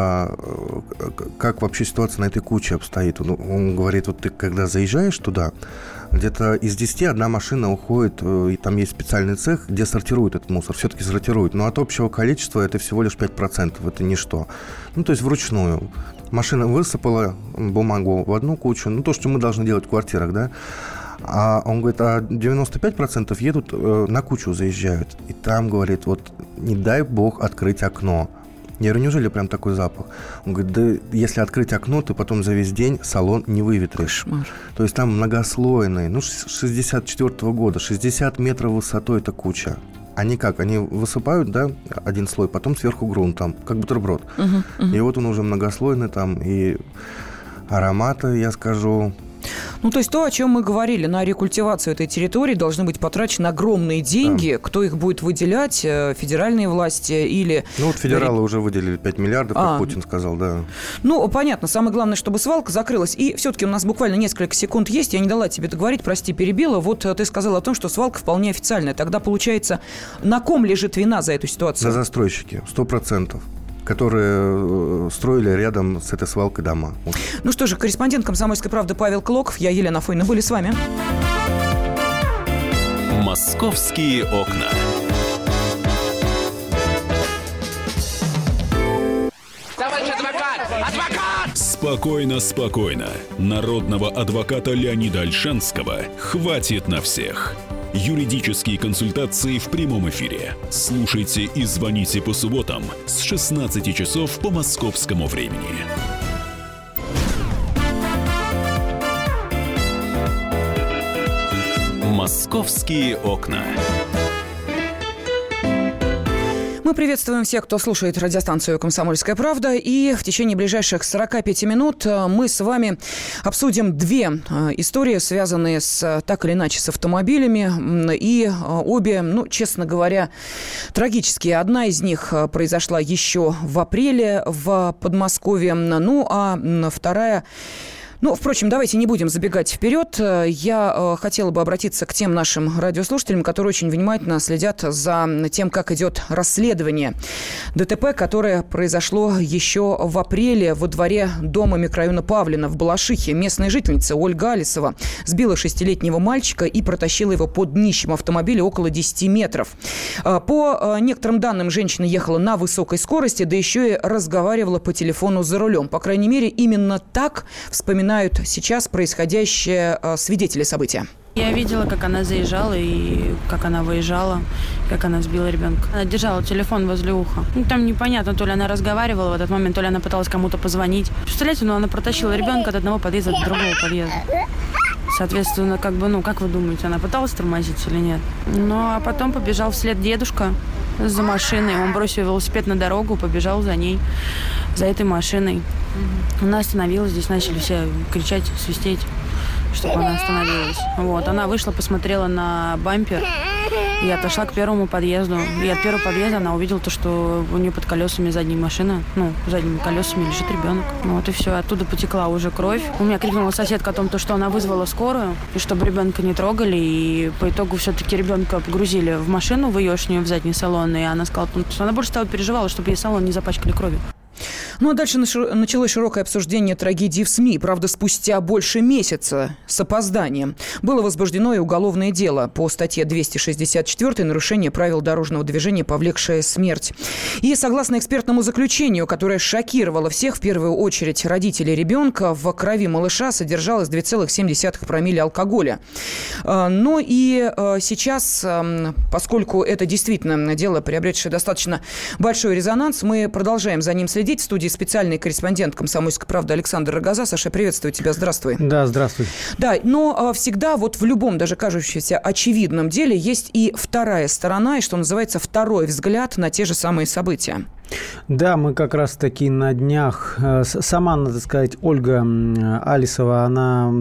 как вообще ситуация на этой куче обстоит. Он говорит, вот ты когда заезжаешь туда, где-то из 10 одна машина уходит, и там есть специальный цех, где сортируют этот мусор, все-таки сортируют. Но от общего количества это всего лишь 5%, это ничто. То есть вручную. Машина высыпала бумагу в одну кучу, то, что мы должны делать в квартирах, да. А он говорит, 95% едут на кучу, заезжают. И там, говорит, вот не дай бог открыть окно. Я говорю, неужели прям такой запах? Он говорит, да если открыть окно, ты потом за весь день салон не выветришь. Кошмар. То есть там многослойный, 64-го года, 60 метров высотой эта куча. Они как? Они высыпают, да, один слой, потом сверху грунт там, как бутерброд. И вот он уже многослойный там, и ароматы, я скажу... То есть то, о чем мы говорили, на рекультивацию этой территории должны быть потрачены огромные деньги. Да. Кто их будет выделять? Федеральные власти или... федералы уже выделили 5 миллиардов, как Путин сказал, да. Понятно. Самое главное, чтобы свалка закрылась. И все-таки у нас буквально несколько секунд есть. Я не дала тебе договорить, прости, перебила. Вот ты сказал о том, что свалка вполне официальная. Тогда, получается, на ком лежит вина за эту ситуацию? На застройщике, 100%. Которые строили рядом с этой свалкой дома. Что же, корреспондент «Комсомольской правды» Павел Клоков, я Елена Афонина, были с вами. «Московские окна». Товарищ адвокат! Адвокат! Спокойно, спокойно. Народного адвоката Леонида Ольшанского хватит на всех. Юридические консультации в прямом эфире. Слушайте и звоните по субботам с 16 часов по московскому времени. «Московские окна». Мы приветствуем всех, кто слушает радиостанцию «Комсомольская правда». И в течение ближайших 45 минут мы с вами обсудим две истории, связанные так или иначе с автомобилями. И обе, честно говоря, трагические. Одна из них произошла еще в апреле в Подмосковье. А вторая... впрочем, давайте не будем забегать вперед. Я хотела бы обратиться к тем нашим радиослушателям, которые очень внимательно следят за тем, как идет расследование ДТП, которое произошло еще в апреле во дворе дома микрорайона Павлина в Балашихе. Местная жительница Ольга Алисова сбила 6-летнего мальчика и протащила его под днищем автомобиля около 10 метров. По некоторым данным, женщина ехала на высокой скорости, да еще и разговаривала по телефону за рулем. По крайней мере, именно так вспоминают сейчас происходящее свидетели события. Я видела, как она заезжала и как она выезжала, как она сбила ребенка. Она держала телефон возле уха. Там непонятно, то ли она разговаривала в этот момент, то ли она пыталась кому-то позвонить. Представляете, она протащила ребенка от одного подъезда до другого подъезда. Соответственно, как вы думаете, она пыталась тормозить или нет? Ну, а потом побежал вслед дедушка за машиной. Он бросил велосипед на дорогу, побежал за ней, за этой машиной. Она остановилась, здесь начали все кричать, свистеть, чтобы она остановилась. Она вышла, посмотрела на бампер и отошла к первому подъезду. И от первого подъезда она увидела то, что у нее под колесами задней машины, задними колесами лежит ребенок. И все, оттуда потекла уже кровь. У меня крикнула соседка о том, что она вызвала скорую, и чтобы ребенка не трогали. И по итогу все-таки ребенка погрузили в машину, в еешнюю, в задний салон. И она сказала, что она больше того переживала, чтобы ей салон не запачкали кровью. Ну а дальше началось широкое обсуждение трагедии в СМИ. Правда, спустя больше месяца с опозданием было возбуждено и уголовное дело по статье 264 «Нарушение правил дорожного движения, повлекшее смерть». И согласно экспертному заключению, которое шокировало всех, в первую очередь родителей ребенка, в крови малыша содержалось 2,7 промилле алкоголя. Но и сейчас, поскольку это действительно дело, приобретшее достаточно большой резонанс, мы продолжаем за ним следить. В студии специальный корреспондент «Комсомольской правды» Александр Рогоза. Саша, приветствую тебя. Здравствуй. Да, здравствуй. Да, но всегда в любом, даже кажущемся очевидном деле есть и вторая сторона, и, что называется, второй взгляд на те же самые события. Да, мы как раз-таки на днях, сама, надо сказать, Ольга Алисова, она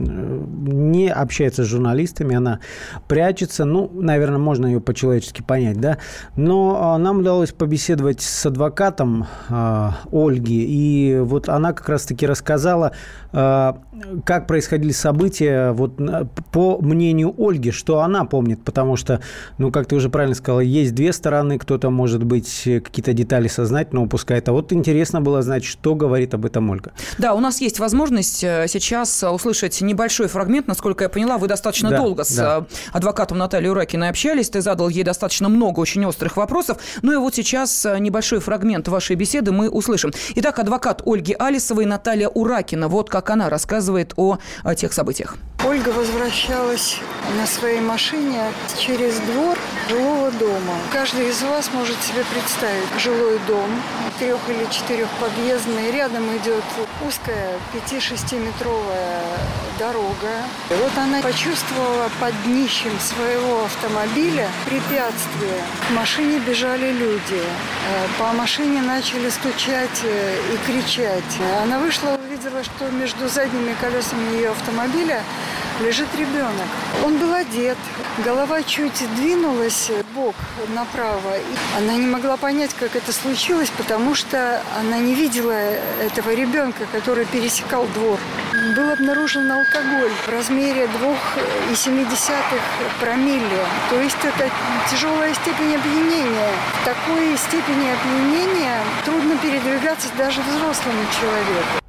не общается с журналистами, она прячется, наверное, можно ее по-человечески понять, да, но нам удалось побеседовать с адвокатом Ольги, и она как раз-таки рассказала, как происходили события, по мнению Ольги, что она помнит, потому что, как ты уже правильно сказала, есть две стороны, кто-то, может быть, какие-то детали сознательно упускает. А интересно было знать, что говорит об этом Ольга. Да, у нас есть возможность сейчас услышать небольшой фрагмент. Насколько я поняла, вы достаточно долго с адвокатом Натальей Уракиной общались. Ты задал ей достаточно много очень острых вопросов. Ну и сейчас небольшой фрагмент вашей беседы мы услышим. Итак, адвокат Ольги Алисовой Наталья Уракина. Вот как она рассказывает о тех событиях. Ольга возвращалась на своей машине через двор жилого дома. Каждый из вас может себе представить жилой дом, 3- или 4-подъездный. Рядом идет узкая 5-6-метровая дорога. И она почувствовала под днищем своего автомобиля препятствие. К машине бежали люди. По машине начали стучать и кричать. Она вышла, увидела, что между задними колесами ее автомобиля лежит ребенок. Он был одет, голова чуть двинулась в бок направо. И она не могла понять, как это случилось, потому что она не видела этого ребенка, который пересекал двор. Был обнаружен алкоголь в размере 2,7 промилле. То есть это тяжелая степень опьянения. В такой степени опьянения трудно передвигаться даже взрослому человеку.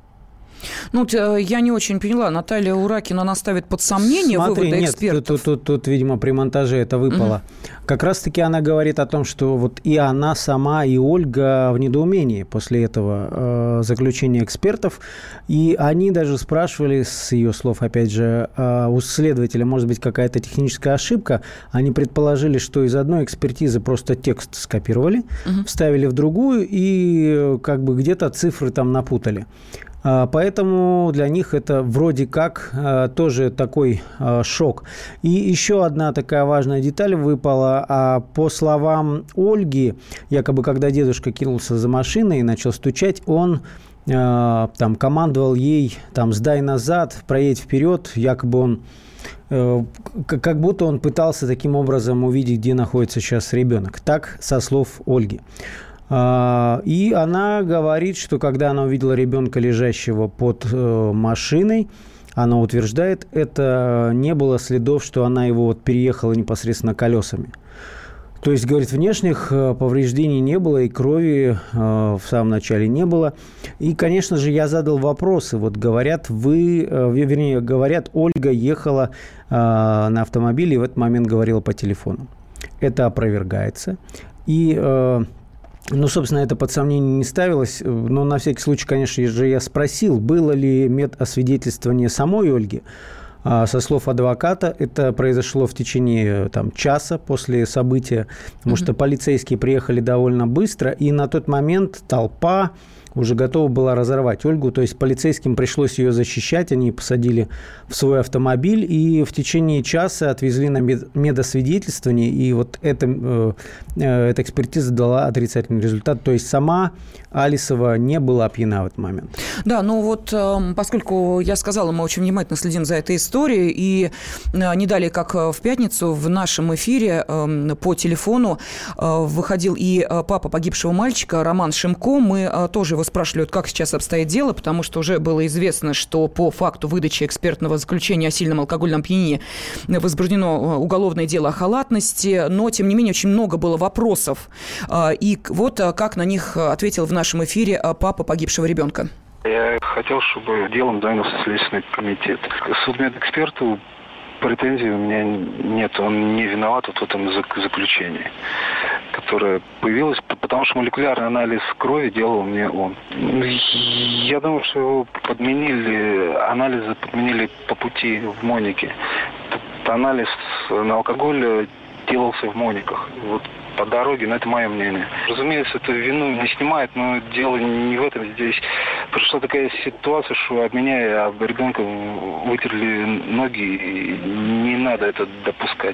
Я не очень поняла. Наталья Уракина, она ставит под сомнение выводы экспертов. Тут, видимо, при монтаже это выпало. Как раз-таки она говорит о том, что и она сама, и Ольга в недоумении после этого заключения экспертов. И они даже спрашивали, с ее слов, опять же, у следователя, может быть, какая-то техническая ошибка. Они предположили, что из одной экспертизы просто текст скопировали, вставили в другую и где-то цифры там напутали. Поэтому для них это вроде как тоже такой шок. И еще одна такая важная деталь выпала. По словам Ольги, якобы когда дедушка кинулся за машиной и начал стучать, он командовал ей «сдай назад, проедь вперед», якобы он как будто он пытался таким образом увидеть, где находится сейчас ребенок. Так, со слов Ольги. И она говорит, что когда она увидела ребенка, лежащего под машиной, она утверждает, это не было следов, что она его переехала непосредственно колесами. То есть, говорит, внешних повреждений не было, и крови в самом начале не было. И, конечно же, я задал вопросы. Говорят, Ольга ехала на автомобиле и в этот момент говорила по телефону. Это опровергается. И... собственно, это под сомнение не ставилось, но на всякий случай, конечно же, я спросил, было ли медосвидетельствование самой Ольги. Со слов адвоката, это произошло в течение часа после события, потому что полицейские приехали довольно быстро, и на тот момент толпа уже готова была разорвать Ольгу, то есть полицейским пришлось ее защищать, они посадили в свой автомобиль и в течение часа отвезли на медосвидетельствование, и вот эта экспертиза дала отрицательный результат, то есть сама Алисова не была пьяна в этот момент. Да, ну вот поскольку я сказала, мы очень внимательно следим за этой историей, и не далее, как в пятницу в нашем эфире по телефону выходил и папа погибшего мальчика Роман Шимко, мы тоже его спрашивали, как сейчас обстоит дело, потому что уже было известно, что по факту выдачи экспертного заключения о сильном алкогольном опьянении возбуждено уголовное дело о халатности, но, тем не менее, очень много было вопросов. И вот как на них ответил в нашем эфире папа погибшего ребенка. Я хотел, чтобы делом занялся Следственный комитет. К судмедэксперту претензий у меня нет, он не виноват в этом заключении, которое появилось, потому что молекулярный анализ крови делал мне он. Я думаю, что его анализы подменили по пути в Монике. Анализ на алкоголь делался в Мониках. Вот по дороге, но это мое мнение. Разумеется, это вину не снимает, но дело не в этом. Здесь пришла такая ситуация, что об меня и об ребенка вытерли ноги, и не надо это допускать.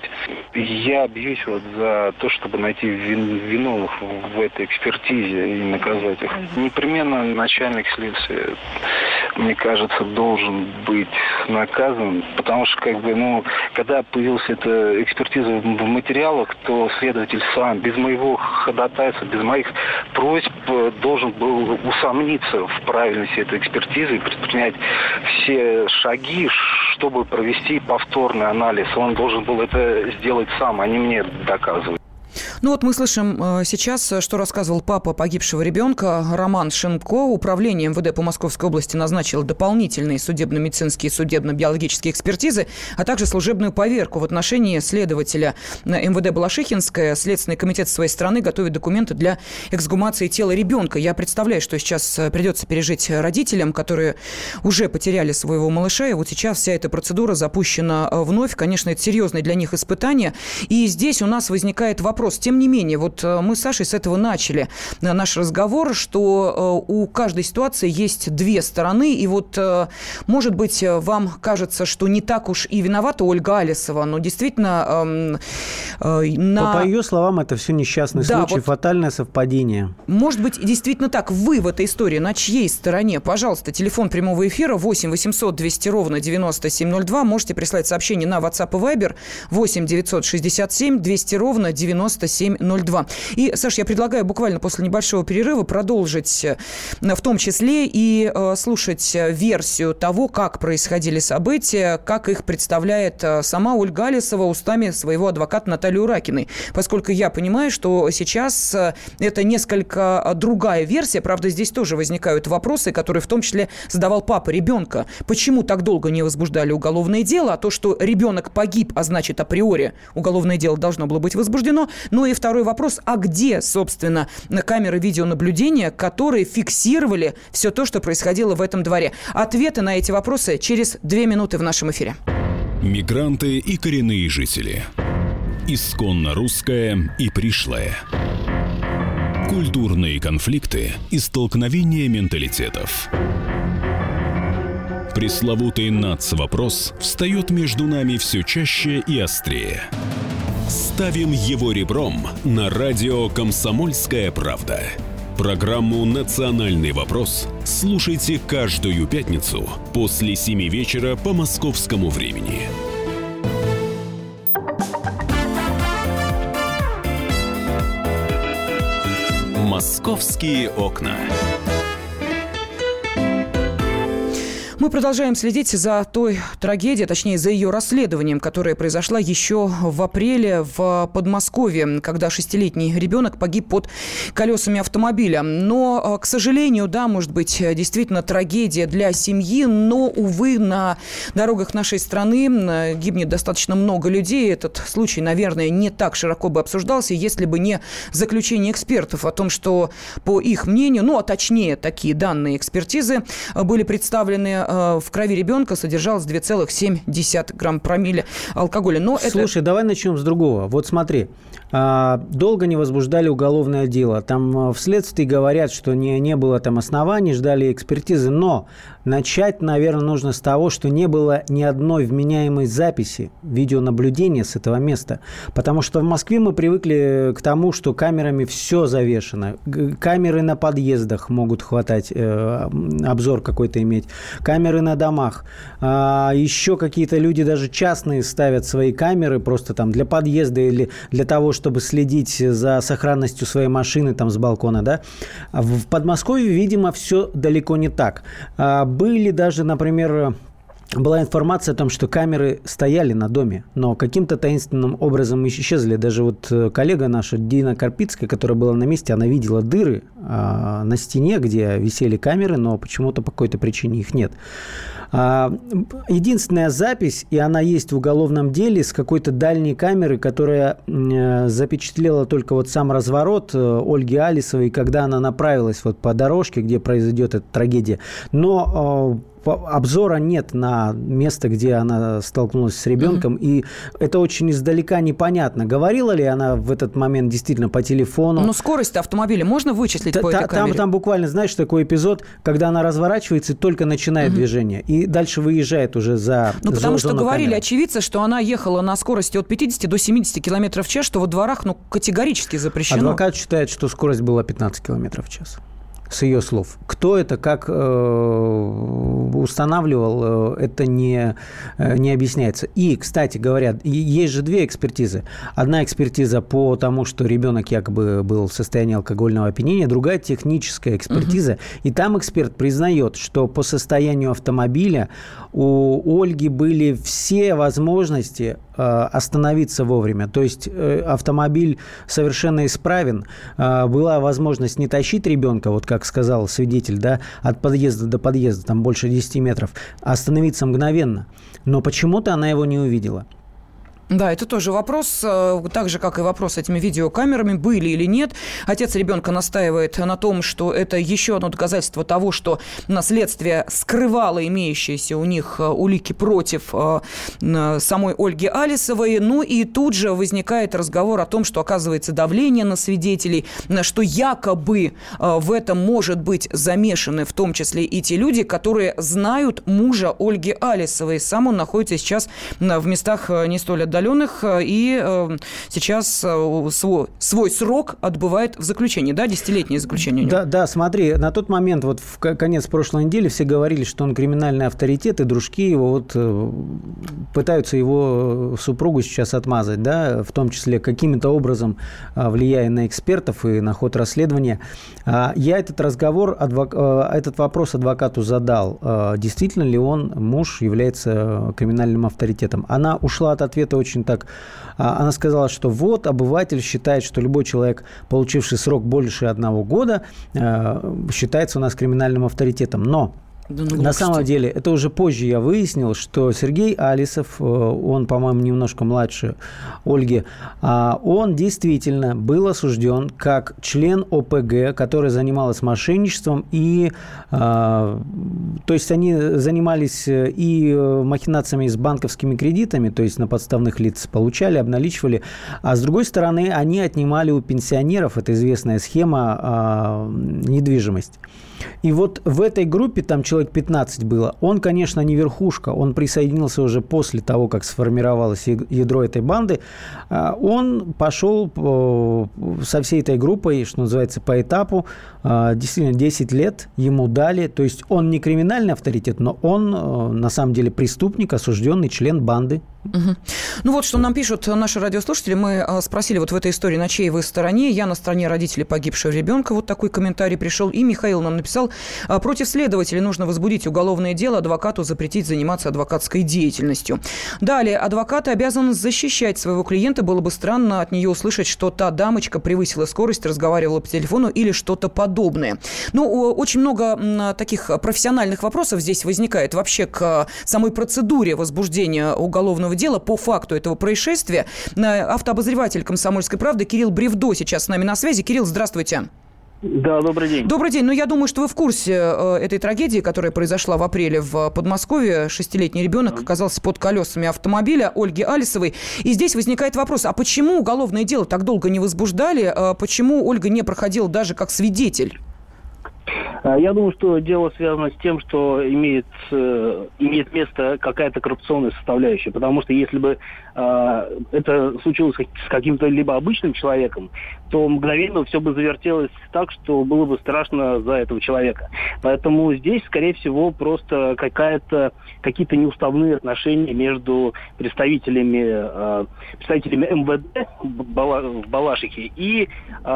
Я бьюсь за то, чтобы найти виновных в этой экспертизе и наказать их. Непременно начальник следствия, мне кажется, должен быть наказан, потому что, когда появилась эта экспертиза в материалах, то следователь сам, без моего ходатайства, без моих просьб, должен был усомниться в правильности этой экспертизы и предпринять все шаги, чтобы провести повторный анализ. Он должен был это сделать сам, а не мне доказывать. Ну вот мы слышим сейчас, что рассказывал папа погибшего ребенка Роман Шимко. Управление МВД по Московской области назначило дополнительные судебно-медицинские и судебно-биологические экспертизы, а также служебную поверку в отношении следователя МВД Балашихинская. Следственный комитет со своей стороны готовит документы для эксгумации тела ребенка. Я представляю, что сейчас придется пережить родителям, которые уже потеряли своего малыша, и вот сейчас вся эта процедура запущена вновь. Конечно, это серьезное для них испытание. И здесь у нас возникает вопрос. Тем не менее, вот мы с Сашей с этого начали наш разговор, что у каждой ситуации есть две стороны. И вот, может быть, вам кажется, что не так уж и виновата Ольга Алисова, но действительно... По ее словам, это все несчастный случай, фатальное совпадение. Может быть, действительно так. Вы в этой истории на чьей стороне? Пожалуйста, телефон прямого эфира 8 800 200 ровно 9702. Можете прислать сообщение на WhatsApp и Viber 8 967 200 ровно 9702. И, Саш, я предлагаю буквально после небольшого перерыва продолжить в том числе и слушать версию того, как происходили события, как их представляет сама Ольга Алисова устами своего адвоката Натальи Уракиной. Поскольку я понимаю, что сейчас это несколько другая версия. Правда, здесь тоже возникают вопросы, которые в том числе задавал папа ребенка. Почему так долго не возбуждали уголовное дело? А то, что ребенок погиб, а значит, априори уголовное дело должно было быть возбуждено. Ну и второй вопрос, а где, собственно, камеры видеонаблюдения, которые фиксировали все то, что происходило в этом дворе? Ответы на эти вопросы через 2 минуты в нашем эфире. Мигранты и коренные жители. Исконно русское и пришлое. Культурные конфликты и столкновения менталитетов. Пресловутый нацвопрос встает между нами все чаще и острее. Ставим его ребром на радио «Комсомольская правда». Программу «Национальный вопрос» слушайте каждую пятницу после 7 вечера по московскому времени. «Московские окна». Мы продолжаем следить за той трагедией, точнее, за ее расследованием, которая произошла еще в апреле в Подмосковье, когда 6-летний ребенок погиб под колесами автомобиля. Но, к сожалению, да, может быть, действительно трагедия для семьи, но, увы, на дорогах нашей страны гибнет достаточно много людей. Этот случай, наверное, не так широко бы обсуждался, если бы не заключение экспертов о том, что, по их мнению, ну, а точнее, такие данные экспертизы были представлены в крови ребенка содержалось 2,7 грамм промилле алкоголя. Но Слушай, давай начнем с другого. Вот смотри, долго не возбуждали уголовное дело. Там в следствии говорят, что не было там оснований, ждали экспертизы. Но начать, наверное, нужно с того, что не было ни одной вменяемой записи видеонаблюдения с этого места. Потому что в Москве мы привыкли к тому, что камерами все завешено. Камеры на подъездах могут хватать, обзор какой-то иметь. Камеры на домах. Еще какие-то люди даже частные ставят свои камеры просто там для подъезда или для того, чтобы следить за сохранностью своей машины там с балкона, да. В Подмосковье, видимо, все далеко не так. Были даже, например, была информация о том, что камеры стояли на доме, но каким-то таинственным образом исчезли. Даже вот коллега наша, Дина Карпицкая, которая была на месте, она видела дыры на стене, где висели камеры, но почему-то по какой-то причине их нет. Единственная запись, и она есть в уголовном деле, с какой-то дальней камеры, которая запечатлела только вот сам разворот Ольги Алисовой, когда она направилась вот по дорожке, где произойдет эта трагедия. Но обзора нет на место, где она столкнулась с ребенком, и это очень издалека непонятно. Говорила ли она в этот момент действительно по телефону? Но скорость автомобиля можно вычислить по этой камере? Там буквально, знаешь, такой эпизод, когда она разворачивается и только начинает движение, и дальше выезжает уже за потому что говорили камеры. Очевидцы, что она ехала на скорости от 50 до 70 км в час, что во дворах категорически запрещено. Адвокат считает, что скорость была 15 км в час. С ее слов. Кто это, как устанавливал, это не объясняется. И, кстати говоря, есть же две экспертизы. Одна экспертиза по тому, что ребенок якобы был в состоянии алкогольного опьянения, другая техническая экспертиза. И там эксперт признает, что по состоянию автомобиля у Ольги были все возможности остановиться вовремя. То есть автомобиль совершенно исправен. Была возможность не тащить ребенка, вот как сказал свидетель, да, от подъезда до подъезда, там больше 10 метров, а остановиться мгновенно. Но почему-то она его не увидела. Да, это тоже вопрос, так же, как и вопрос с этими видеокамерами, были или нет. Отец ребенка настаивает на том, что это еще одно доказательство того, что следствие скрывало имеющиеся у них улики против самой Ольги Алисовой. Ну и тут же возникает разговор о том, что оказывается давление на свидетелей, что якобы в этом может быть замешаны в том числе и те люди, которые знают мужа Ольги Алисовой. Сам он находится сейчас в местах не столь отдаленных, и сейчас свой срок отбывает в заключении, да, 10-летнее заключение у него. Да, смотри, на тот момент, вот в конец прошлой недели, все говорили, что он криминальный авторитет, и дружки его вот пытаются его супругу сейчас отмазать, да, в том числе каким-то образом влияя на экспертов и на ход расследования. Я этот вопрос адвокату задал. Действительно ли муж является криминальным авторитетом? Она ушла от ответа очень так. Она сказала, что вот обыватель считает, что любой человек, получивший срок больше 1 года, считается у нас криминальным авторитетом. Но на самом деле, это уже позже я выяснил, что Сергей Алисов, он, по-моему, немножко младше Ольги, он действительно был осужден как член ОПГ, который занималась мошенничеством, и, то есть они занимались и махинациями с банковскими кредитами, то есть на подставных лиц получали, обналичивали, а с другой стороны, они отнимали у пенсионеров, это известная схема, недвижимость. И вот в этой группе, там человек 15 было, он, конечно, не верхушка, он присоединился уже после того, как сформировалось ядро этой банды, он пошел со всей этой группой, что называется, по этапу, действительно 10 лет ему дали, то есть он не криминальный авторитет, но он на самом деле преступник, осужденный член банды. Угу. Ну вот, что нам пишут наши радиослушатели. Мы спросили вот в этой истории, на чьей вы стороне. Я на стороне родителей погибшего ребенка. Вот такой комментарий пришел. И Михаил нам написал: против следователей нужно возбудить уголовное дело, адвокату запретить заниматься адвокатской деятельностью. Далее, адвокат обязан защищать своего клиента. Было бы странно от нее услышать, что та дамочка превысила скорость, разговаривала по телефону или что-то подобное. Ну, очень много таких профессиональных вопросов здесь возникает вообще к самой процедуре возбуждения уголовного дела по факту этого происшествия. Автообозреватель «Комсомольской правды» Кирилл Бревдо сейчас с нами на связи. Кирилл, здравствуйте. Да, добрый день. Добрый день. Ну, я думаю, что вы в курсе этой трагедии, которая произошла в апреле в Подмосковье. 6-летний ребенок оказался под колесами автомобиля Ольги Алисовой. И здесь возникает вопрос, а почему уголовное дело так долго не возбуждали? Почему Ольга не проходила даже как свидетель? Я думаю, что дело связано с тем, что имеет место какая-то коррупционная составляющая. Потому что если бы это случилось с каким-то либо обычным человеком, то мгновенно все бы завертелось так, что было бы страшно за этого человека. Поэтому здесь, скорее всего, просто какие-то неуставные отношения между представителями МВД в Балашихе и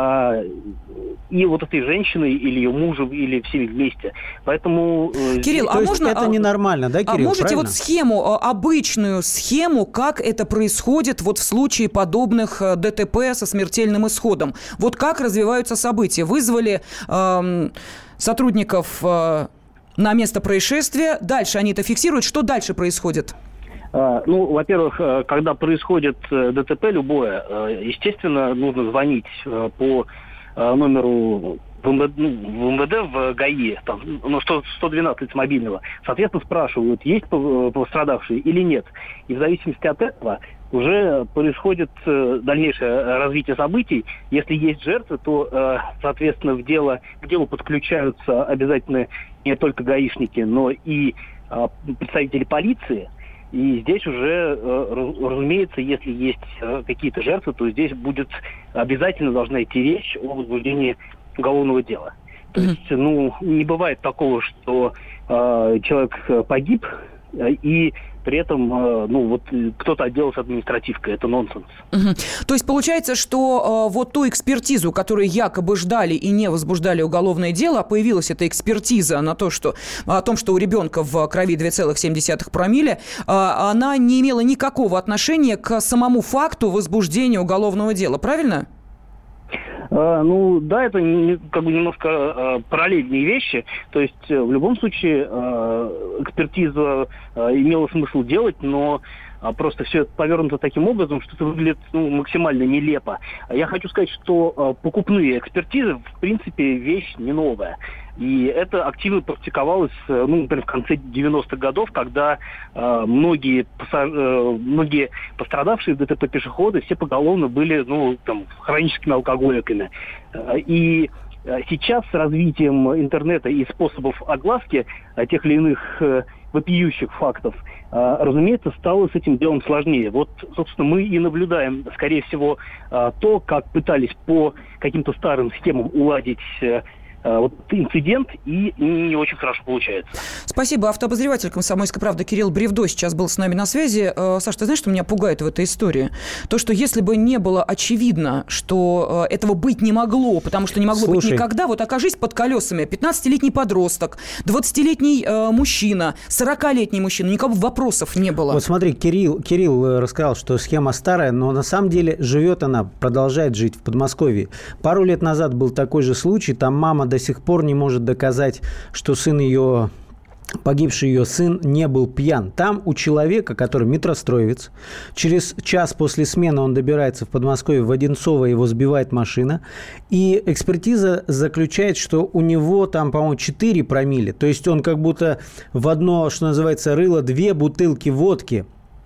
вот этой женщиной или ее мужем, или всеми вместе. Поэтому... Кирилл, а можно... Это ненормально, да, Кирилл? А можете правильно? вот схему, обычную схему, как это происходит вот в случае подобных ДТП со смертельным исходом? Вот как развиваются события? Вызвали сотрудников на место происшествия, дальше они это фиксируют. Что дальше происходит? Во-первых, когда происходит ДТП любое, естественно, нужно звонить по номеру в МВД, в ГАИ, 112 мобильного. Соответственно, спрашивают, есть пострадавшие или нет. И в зависимости от этого уже происходит дальнейшее развитие событий. Если есть жертвы, то, соответственно, к делу подключаются обязательно не только гаишники, но и представители полиции. И здесь уже, разумеется, если есть какие-то жертвы, то здесь обязательно должна идти речь о возбуждении уголовного дела. То есть, не бывает такого, что человек погиб, и при этом кто-то отделался административкой. Это нонсенс. То есть получается, что вот ту экспертизу, которую якобы ждали и не возбуждали уголовное дело, появилась эта экспертиза о том, что у ребенка в крови 2,7 промилле, она не имела никакого отношения к самому факту возбуждения уголовного дела. Правильно? Да, это немножко параллельные вещи. То есть в любом случае экспертизу имело смысл делать, но просто все это повернуто таким образом, что это выглядит максимально нелепо. Я хочу сказать, что покупные экспертизы, в принципе, вещь не новая. И это активно практиковалось, например, в конце 90-х годов, когда многие пострадавшие в ДТП пешеходы все поголовно были, хроническими алкоголиками. И сейчас с развитием интернета и способов огласки тех или иных вопиющих фактов, разумеется, стало с этим делом сложнее. Вот, собственно, мы и наблюдаем, скорее всего, то, как пытались по каким-то старым схемам уладить инцидент, и не очень хорошо получается. Спасибо. Автообозреватель «Комсомольской правды» Кирилл Бревдо сейчас был с нами на связи. Саш, ты знаешь, что меня пугает в этой истории? То, что если бы не было очевидно, что этого быть не могло, потому что не могло быть никогда, вот окажись под колесами 15-летний подросток, 20-летний мужчина, 40-летний мужчина, никакого вопросов не было. Вот смотри, Кирилл рассказал, что схема старая, но на самом деле живет она, продолжает жить в Подмосковье. Пару лет назад был такой же случай, там мама до сих пор не может доказать, что погибший ее сын не был пьян. Там у человека, который метростроевец, через час после смены он добирается в Подмосковье, в Одинцово, его сбивает машина, и экспертиза заключает, что у него там, по-моему, 4 промилле. То есть он как будто в одно, что называется, рыло 2 бутылки водки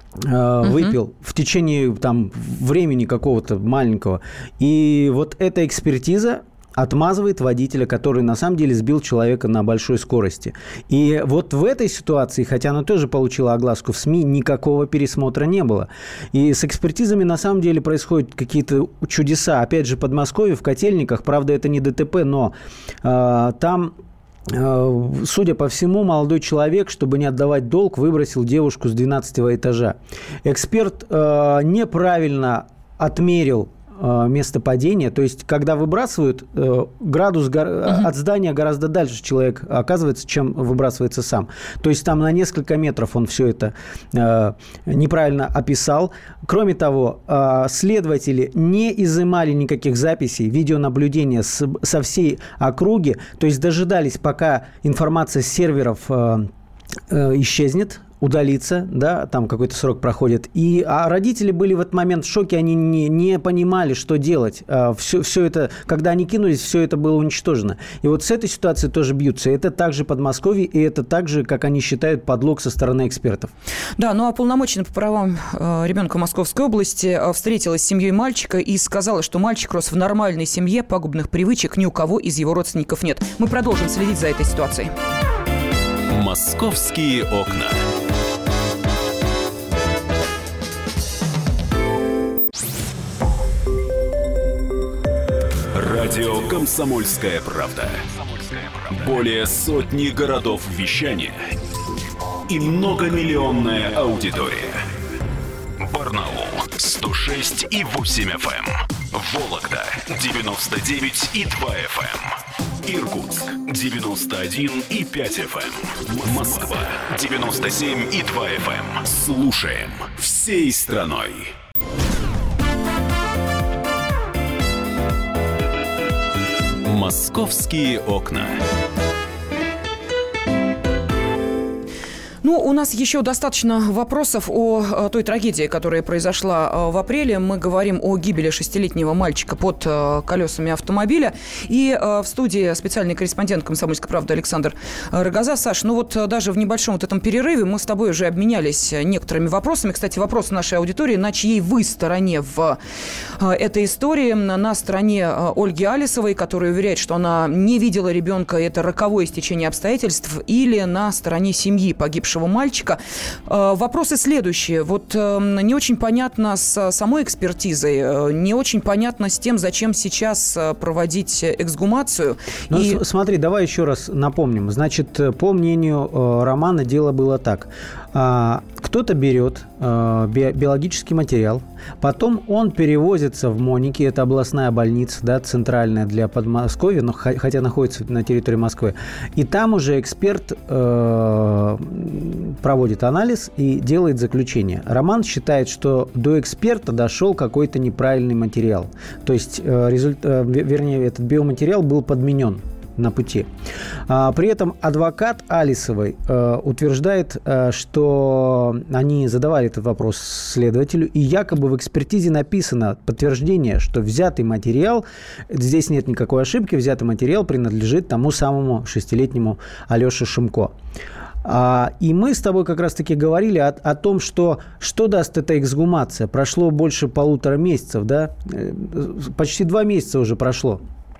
выпил в течение времени какого-то маленького. И вот эта экспертиза отмазывает водителя, который на самом деле сбил человека на большой скорости. И вот в этой ситуации, хотя она тоже получила огласку в СМИ, никакого пересмотра не было. И с экспертизами на самом деле происходят какие-то чудеса. Опять же, в Подмосковье, в Котельниках, правда, это не ДТП, но там... Судя по всему, молодой человек, чтобы не отдавать долг, выбросил девушку с 12-го этажа. Эксперт неправильно отмерил место падения. То есть, когда выбрасывают, градус от здания гораздо дальше человек оказывается, чем выбрасывается сам. То есть, там на несколько метров он все это неправильно описал. Кроме того, следователи не изымали никаких записей, видеонаблюдения со всей округи. То есть, дожидались, пока информация с серверов исчезнет, удалиться, да, там какой-то срок проходит. А родители были в этот момент в шоке, они не понимали, что делать. Все это, когда они кинулись, все это было уничтожено. И вот с этой ситуацией тоже бьются. Это также Подмосковье, и это также, как они считают, подлог со стороны экспертов. Да, ну а полномоченная по правам ребенка Московской области встретилась с семьей мальчика и сказала, что мальчик рос в нормальной семье, пагубных привычек ни у кого из его родственников нет. Мы продолжим следить за этой ситуацией. «Московские окна». Радио «Комсомольская правда». Более сотни городов вещания и многомиллионная аудитория. Барнаул 106,8 FM. Вологда 99,2 FM. Иркутск 91,5 FM. Москва 97,2 FM. Слушаем всей страной. «Московские окна». Ну, у нас еще достаточно вопросов о той трагедии, которая произошла в апреле. Мы говорим о гибели 6-летнего мальчика под колесами автомобиля. И в студии специальный корреспондент «Комсомольской правды» Александр Рогоза. Саш, ну вот даже в небольшом вот этом перерыве мы с тобой уже обменялись некоторыми вопросами. Кстати, вопрос нашей аудитории: на чьей вы стороне в этой истории? На стороне Ольги Алисовой, которая уверяет, что она не видела ребенка, это роковое стечение обстоятельств, или на стороне семьи погибшего мальчика. Вопросы следующие. Вот не очень понятно с самой экспертизой, не очень понятно с тем, зачем сейчас проводить эксгумацию. Ну, смотри, давай еще раз напомним. Значит, по мнению Романа, дело было так. Кто-то берет биологический материал, потом он перевозится в Моники, это областная больница, да, центральная для Подмосковья, но хотя находится на территории Москвы, и там уже эксперт проводит анализ и делает заключение. Роман считает, что до эксперта дошел какой-то неправильный материал, то есть этот биоматериал был подменен на пути. При этом адвокат Алисовой утверждает, что они задавали этот вопрос следователю, и якобы в экспертизе написано подтверждение, что взятый материал, здесь нет никакой ошибки, взятый материал принадлежит тому самому 6-летнему Алёше Шумко. И мы с тобой как раз-таки говорили о том, что даст эта эксгумация. Прошло больше 1,5 месяцев, да? Почти 2 месяца уже прошло.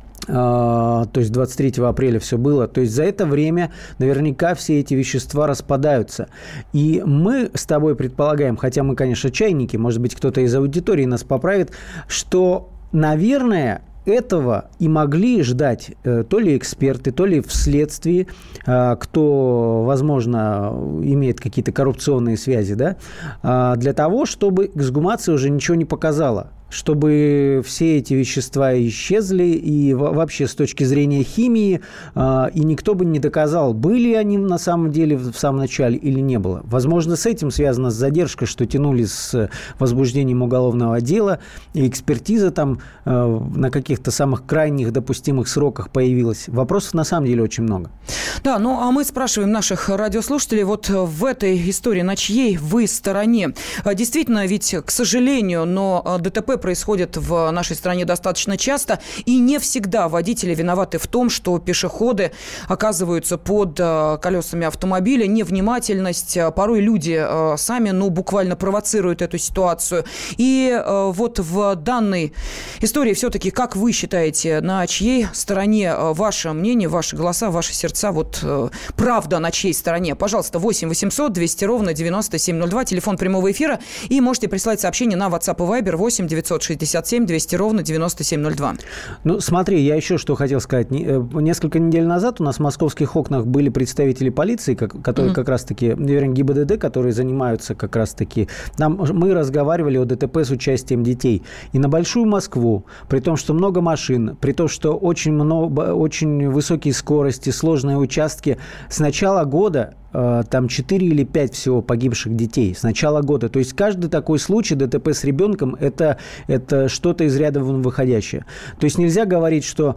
То есть 23 апреля все было. То есть за это время наверняка все эти вещества распадаются. И мы с тобой предполагаем, хотя мы, конечно, чайники, может быть, кто-то из аудитории нас поправит, что, наверное, этого и могли ждать то ли эксперты, то ли в следствии, кто, возможно, имеет какие-то коррупционные связи, да, для того, чтобы эксгумация уже ничего не показала, чтобы все эти вещества исчезли, и вообще с точки зрения химии, и никто бы не доказал, были они на самом деле в самом начале или не было. Возможно, с этим связана задержка, что тянули с возбуждением уголовного дела, и экспертиза там на каких-то самых крайних допустимых сроках появилась. Вопросов на самом деле очень много. Да, ну а мы спрашиваем наших радиослушателей, вот в этой истории на чьей вы стороне? Действительно, ведь, к сожалению, но ДТП происходит в нашей стране достаточно часто, и не всегда водители виноваты в том, что пешеходы оказываются под колесами автомобиля, невнимательность, порой люди сами, буквально провоцируют эту ситуацию. И вот в данной истории все-таки, как вы считаете, на чьей стороне ваше мнение, ваши голоса, ваши сердца, вот правда на чьей стороне? Пожалуйста, 8 800 200 ровно 9702, телефон прямого эфира, и можете прислать сообщение на WhatsApp и Viber 8 967 200 ровно 9702. Ну, смотри, я еще что хотел сказать. Несколько недель назад у нас в московских окнах были представители полиции, которые как раз-таки, вернее, ГИБДД, которые занимаются как раз-таки... Мы разговаривали о ДТП с участием детей. И на Большую Москву, при том, что много машин, при том, что очень высокие скорости, сложные участки, с начала года там 4 или 5 всего погибших детей с начала года. То есть каждый такой случай ДТП с ребенком – это что-то из ряда вон выходящее. То есть нельзя говорить, что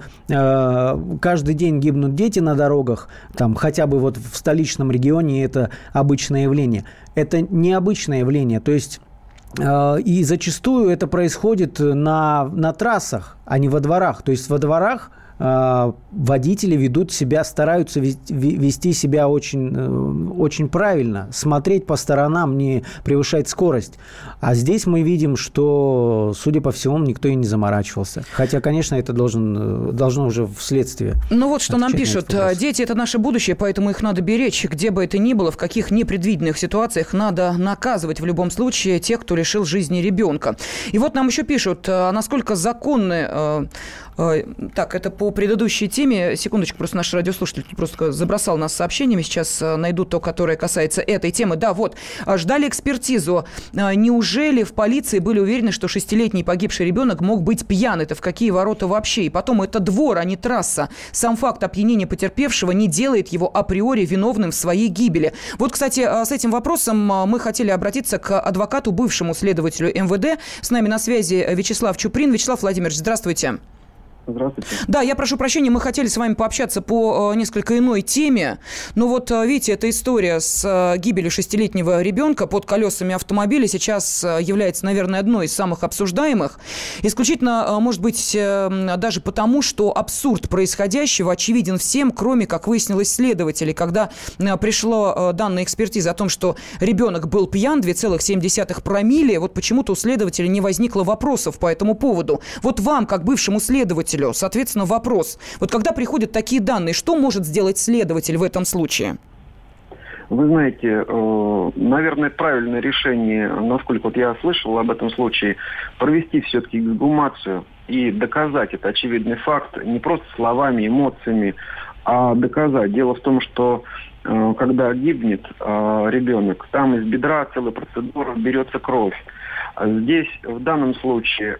каждый день гибнут дети на дорогах, там, хотя бы вот в столичном регионе это обычное явление. Это необычное явление. То есть и зачастую это происходит на трассах, а не во дворах. То есть во дворах водители ведут себя, стараются вести себя очень, очень правильно, смотреть по сторонам, не превышать скорость. А здесь мы видим, что, судя по всему, никто и не заморачивался. Хотя, конечно, это должно уже вследствие. Ну вот что нам пишут. Дети – это наше будущее, поэтому их надо беречь. Где бы это ни было, в каких непредвиденных ситуациях надо наказывать в любом случае тех, кто лишил жизни ребенка. И вот нам еще пишут, насколько законны... Так, это по предыдущей теме. Секундочку, просто наш радиослушатель просто забросал нас сообщениями. Сейчас найду то, которое касается этой темы. Да, вот. Ждали экспертизу. Неужели в полиции были уверены, что 6-летний погибший ребенок мог быть пьян? Это в какие ворота вообще? И потом, это двор, а не трасса. Сам факт опьянения потерпевшего не делает его априори виновным в своей гибели. Вот, кстати, с этим вопросом мы хотели обратиться к адвокату, бывшему следователю МВД. С нами на связи Вячеслав Чуприн. Вячеслав Владимирович, здравствуйте. Здравствуйте. Да, я прошу прощения, мы хотели с вами пообщаться по несколько иной теме. Но вот, видите, эта история с гибелью 6-летнего ребенка под колесами автомобиля сейчас является, наверное, одной из самых обсуждаемых. Исключительно, может быть, даже потому, что абсурд происходящего очевиден всем, кроме, как выяснилось, следователей. Когда пришла данная экспертиза о том, что ребенок был пьян, 2,7 промилле, вот почему-то у следователя не возникло вопросов по этому поводу. Вот вам, как бывшему следователю, соответственно, вопрос. Вот когда приходят такие данные, что может сделать следователь в этом случае? Вы знаете, наверное, правильное решение, насколько вот я слышал об этом случае, провести все-таки эксгумацию и доказать это очевидный факт не просто словами, эмоциями, а доказать. Дело в том, что когда гибнет ребенок, там из бедра целая процедура берется кровь. Здесь, в данном случае,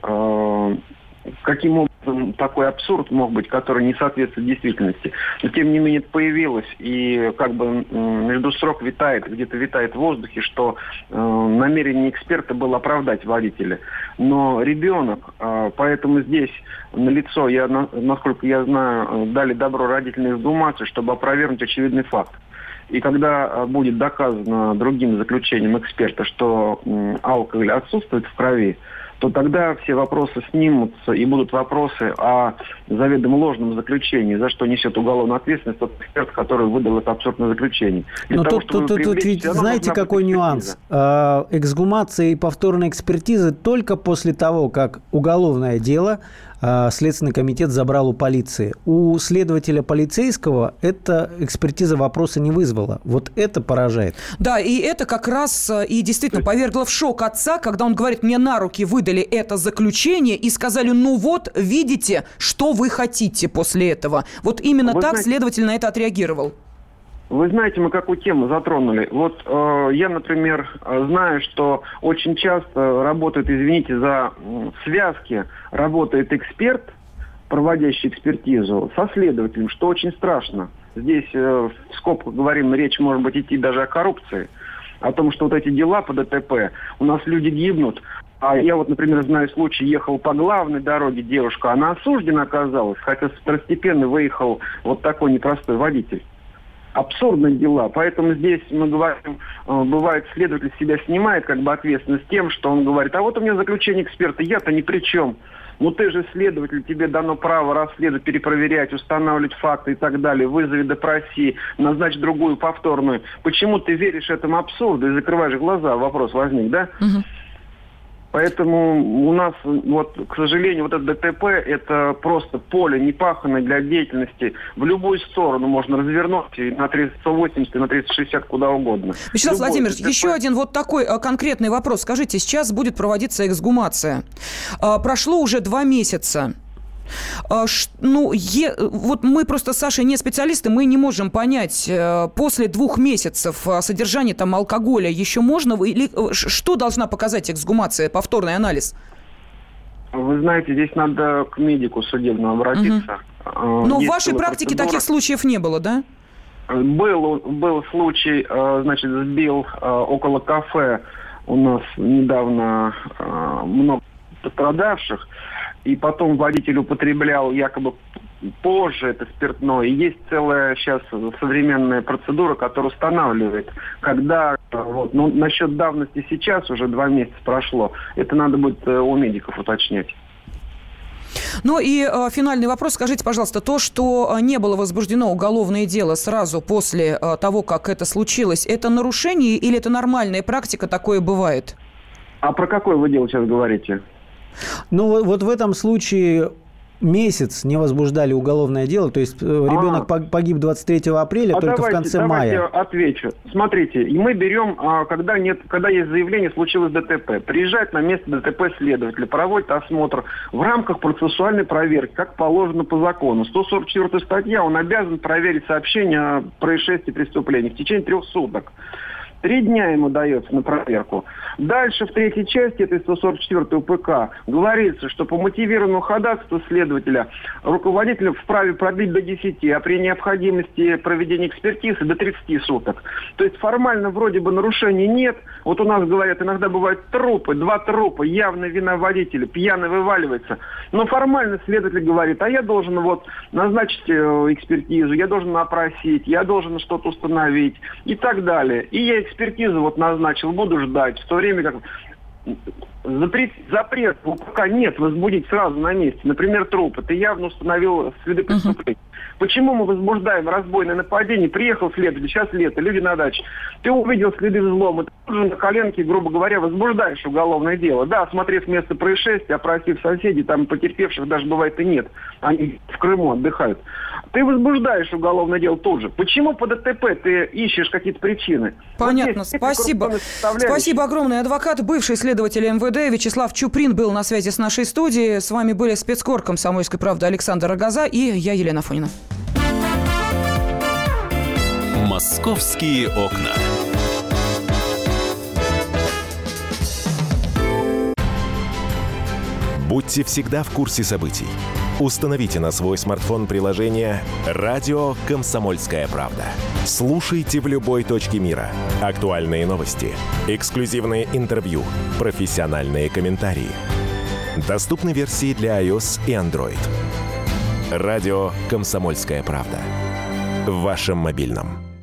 каким образом такой абсурд мог быть, который не соответствует действительности. Но, тем не менее, это появилось, и как бы между строк где-то витает в воздухе, что намерение эксперта было оправдать водителя. Но ребенок, поэтому здесь налицо, насколько я знаю, дали добро родителям эксгумацию, чтобы опровергнуть очевидный факт. И когда будет доказано другим заключением эксперта, что алкоголь отсутствует в крови, то тогда все вопросы снимутся, и будут вопросы о заведомо ложном заключении, за что несет уголовную ответственность тот эксперт, который выдал это абсурдное заключение. Но тут ведь знаете, какой нюанс? Эксгумация и повторная экспертиза только после того, как уголовное дело Следственный комитет забрал у полиции. У следователя полицейского эта экспертиза вопроса не вызвала. Вот это поражает. Да, и это как раз и действительно повергло в шок отца, когда он говорит, мне на руки выдали это заключение и сказали, ну вот, видите, что вы хотите после этого. Вот именно так следователь на это отреагировал. Вы знаете, мы какую тему затронули. Вот я, например, знаю, что очень часто работает, извините за связки, работает эксперт, проводящий экспертизу, со следователем, что очень страшно. Здесь в скобках говорим, речь может быть идти даже о коррупции, о том, что вот эти дела по ДТП, у нас люди гибнут. А я вот, например, знаю случай, ехал по главной дороге девушка, она осуждена оказалась, хотя второстепенно выехал вот такой непростой водитель. Абсурдные дела. Поэтому здесь мы говорим, бывает, следователь себя снимает как бы ответственность тем, что он говорит, а вот у меня заключение эксперта, я-то ни при чем. Ну ты же следователь, тебе дано право расследовать, перепроверять, устанавливать факты и так далее, вызови, допроси, назначь другую повторную. Почему ты веришь этому абсурду и закрываешь глаза? Вопрос возник, да? Угу. Поэтому у нас, вот, к сожалению, вот это ДТП, это просто поле непаханное для деятельности. В любую сторону можно развернуть, и на 380, и на 360, куда угодно. Вячеслав Владимирович, еще один вот такой конкретный вопрос. Скажите, сейчас будет проводиться эксгумация. Прошло уже 2 месяца. Вот мы просто с Сашей не специалисты, мы не можем понять, после 2 месяцев содержания там алкоголя еще можно, или что должна показать эксгумация, повторный анализ? Вы знаете, здесь надо к медику судебному обратиться. Но в вашей практике таких случаев не было, да? Был случай, значит, сбил около кафе у нас недавно много пострадавших, и потом водитель употреблял якобы позже это спиртное. И есть целая сейчас современная процедура, которая устанавливает, когда, вот, ну, насчет давности сейчас уже 2 месяца прошло, это надо будет у медиков уточнять. Ну и финальный вопрос. Скажите, пожалуйста, то, что не было возбуждено уголовное дело сразу после того, как это случилось, это нарушение или это нормальная практика, такое бывает? А про какое вы дело сейчас говорите? Ну, вот в этом случае месяц не возбуждали уголовное дело, то есть ребенок погиб 23 апреля, только в конце мая. Давайте отвечу. Смотрите, мы берем, когда есть заявление, случилось ДТП. Приезжает на место ДТП следователь, проводит осмотр в рамках процессуальной проверки, как положено по закону. 144 статья, он обязан проверить сообщение о происшествии преступления в течение 3 суток. 3 дня ему дается на проверку. Дальше в 3-й части этой 144 УПК говорится, что по мотивированному ходатайству следователя руководитель вправе продлить до 10, а при необходимости проведения экспертизы до 30 суток. То есть формально вроде бы нарушений нет. Вот у нас говорят, иногда бывают трупы, 2 трупа, явно вина водителя, пьяный вываливается. Но формально следователь говорит, а я должен вот назначить экспертизу, я должен опросить, я должен что-то установить и так далее. И я экспертизу вот назначил, буду ждать. В то время как запрет пока нет возбудить сразу на месте. Например, труп. Ты явно установил следы преступления. Почему мы возбуждаем разбойное нападение? Приехал следователь, сейчас лето, люди на даче. Ты увидел следы взлома, ты уже на коленке, грубо говоря, возбуждаешь уголовное дело. Да, осмотрев место происшествия, опросив соседей, там потерпевших даже бывает и нет. Они в Крыму отдыхают. Ты возбуждаешь уголовное дело тут же. Почему по ДТП ты ищешь какие-то причины? Понятно, вот спасибо. Спасибо огромное. Адвокат, бывший следователь МВД Вячеслав Чуприн был на связи с нашей студией. С вами были спецкор «Комсомольской правды» Александр Рогоза и я, Елена Афонина. «Московские окна». Будьте всегда в курсе событий. Установите на свой смартфон приложение «Радио Комсомольская правда». Слушайте в любой точке мира. Актуальные новости, эксклюзивные интервью, профессиональные комментарии. Доступны версии для iOS и Android. «Радио Комсомольская правда». В вашем мобильном.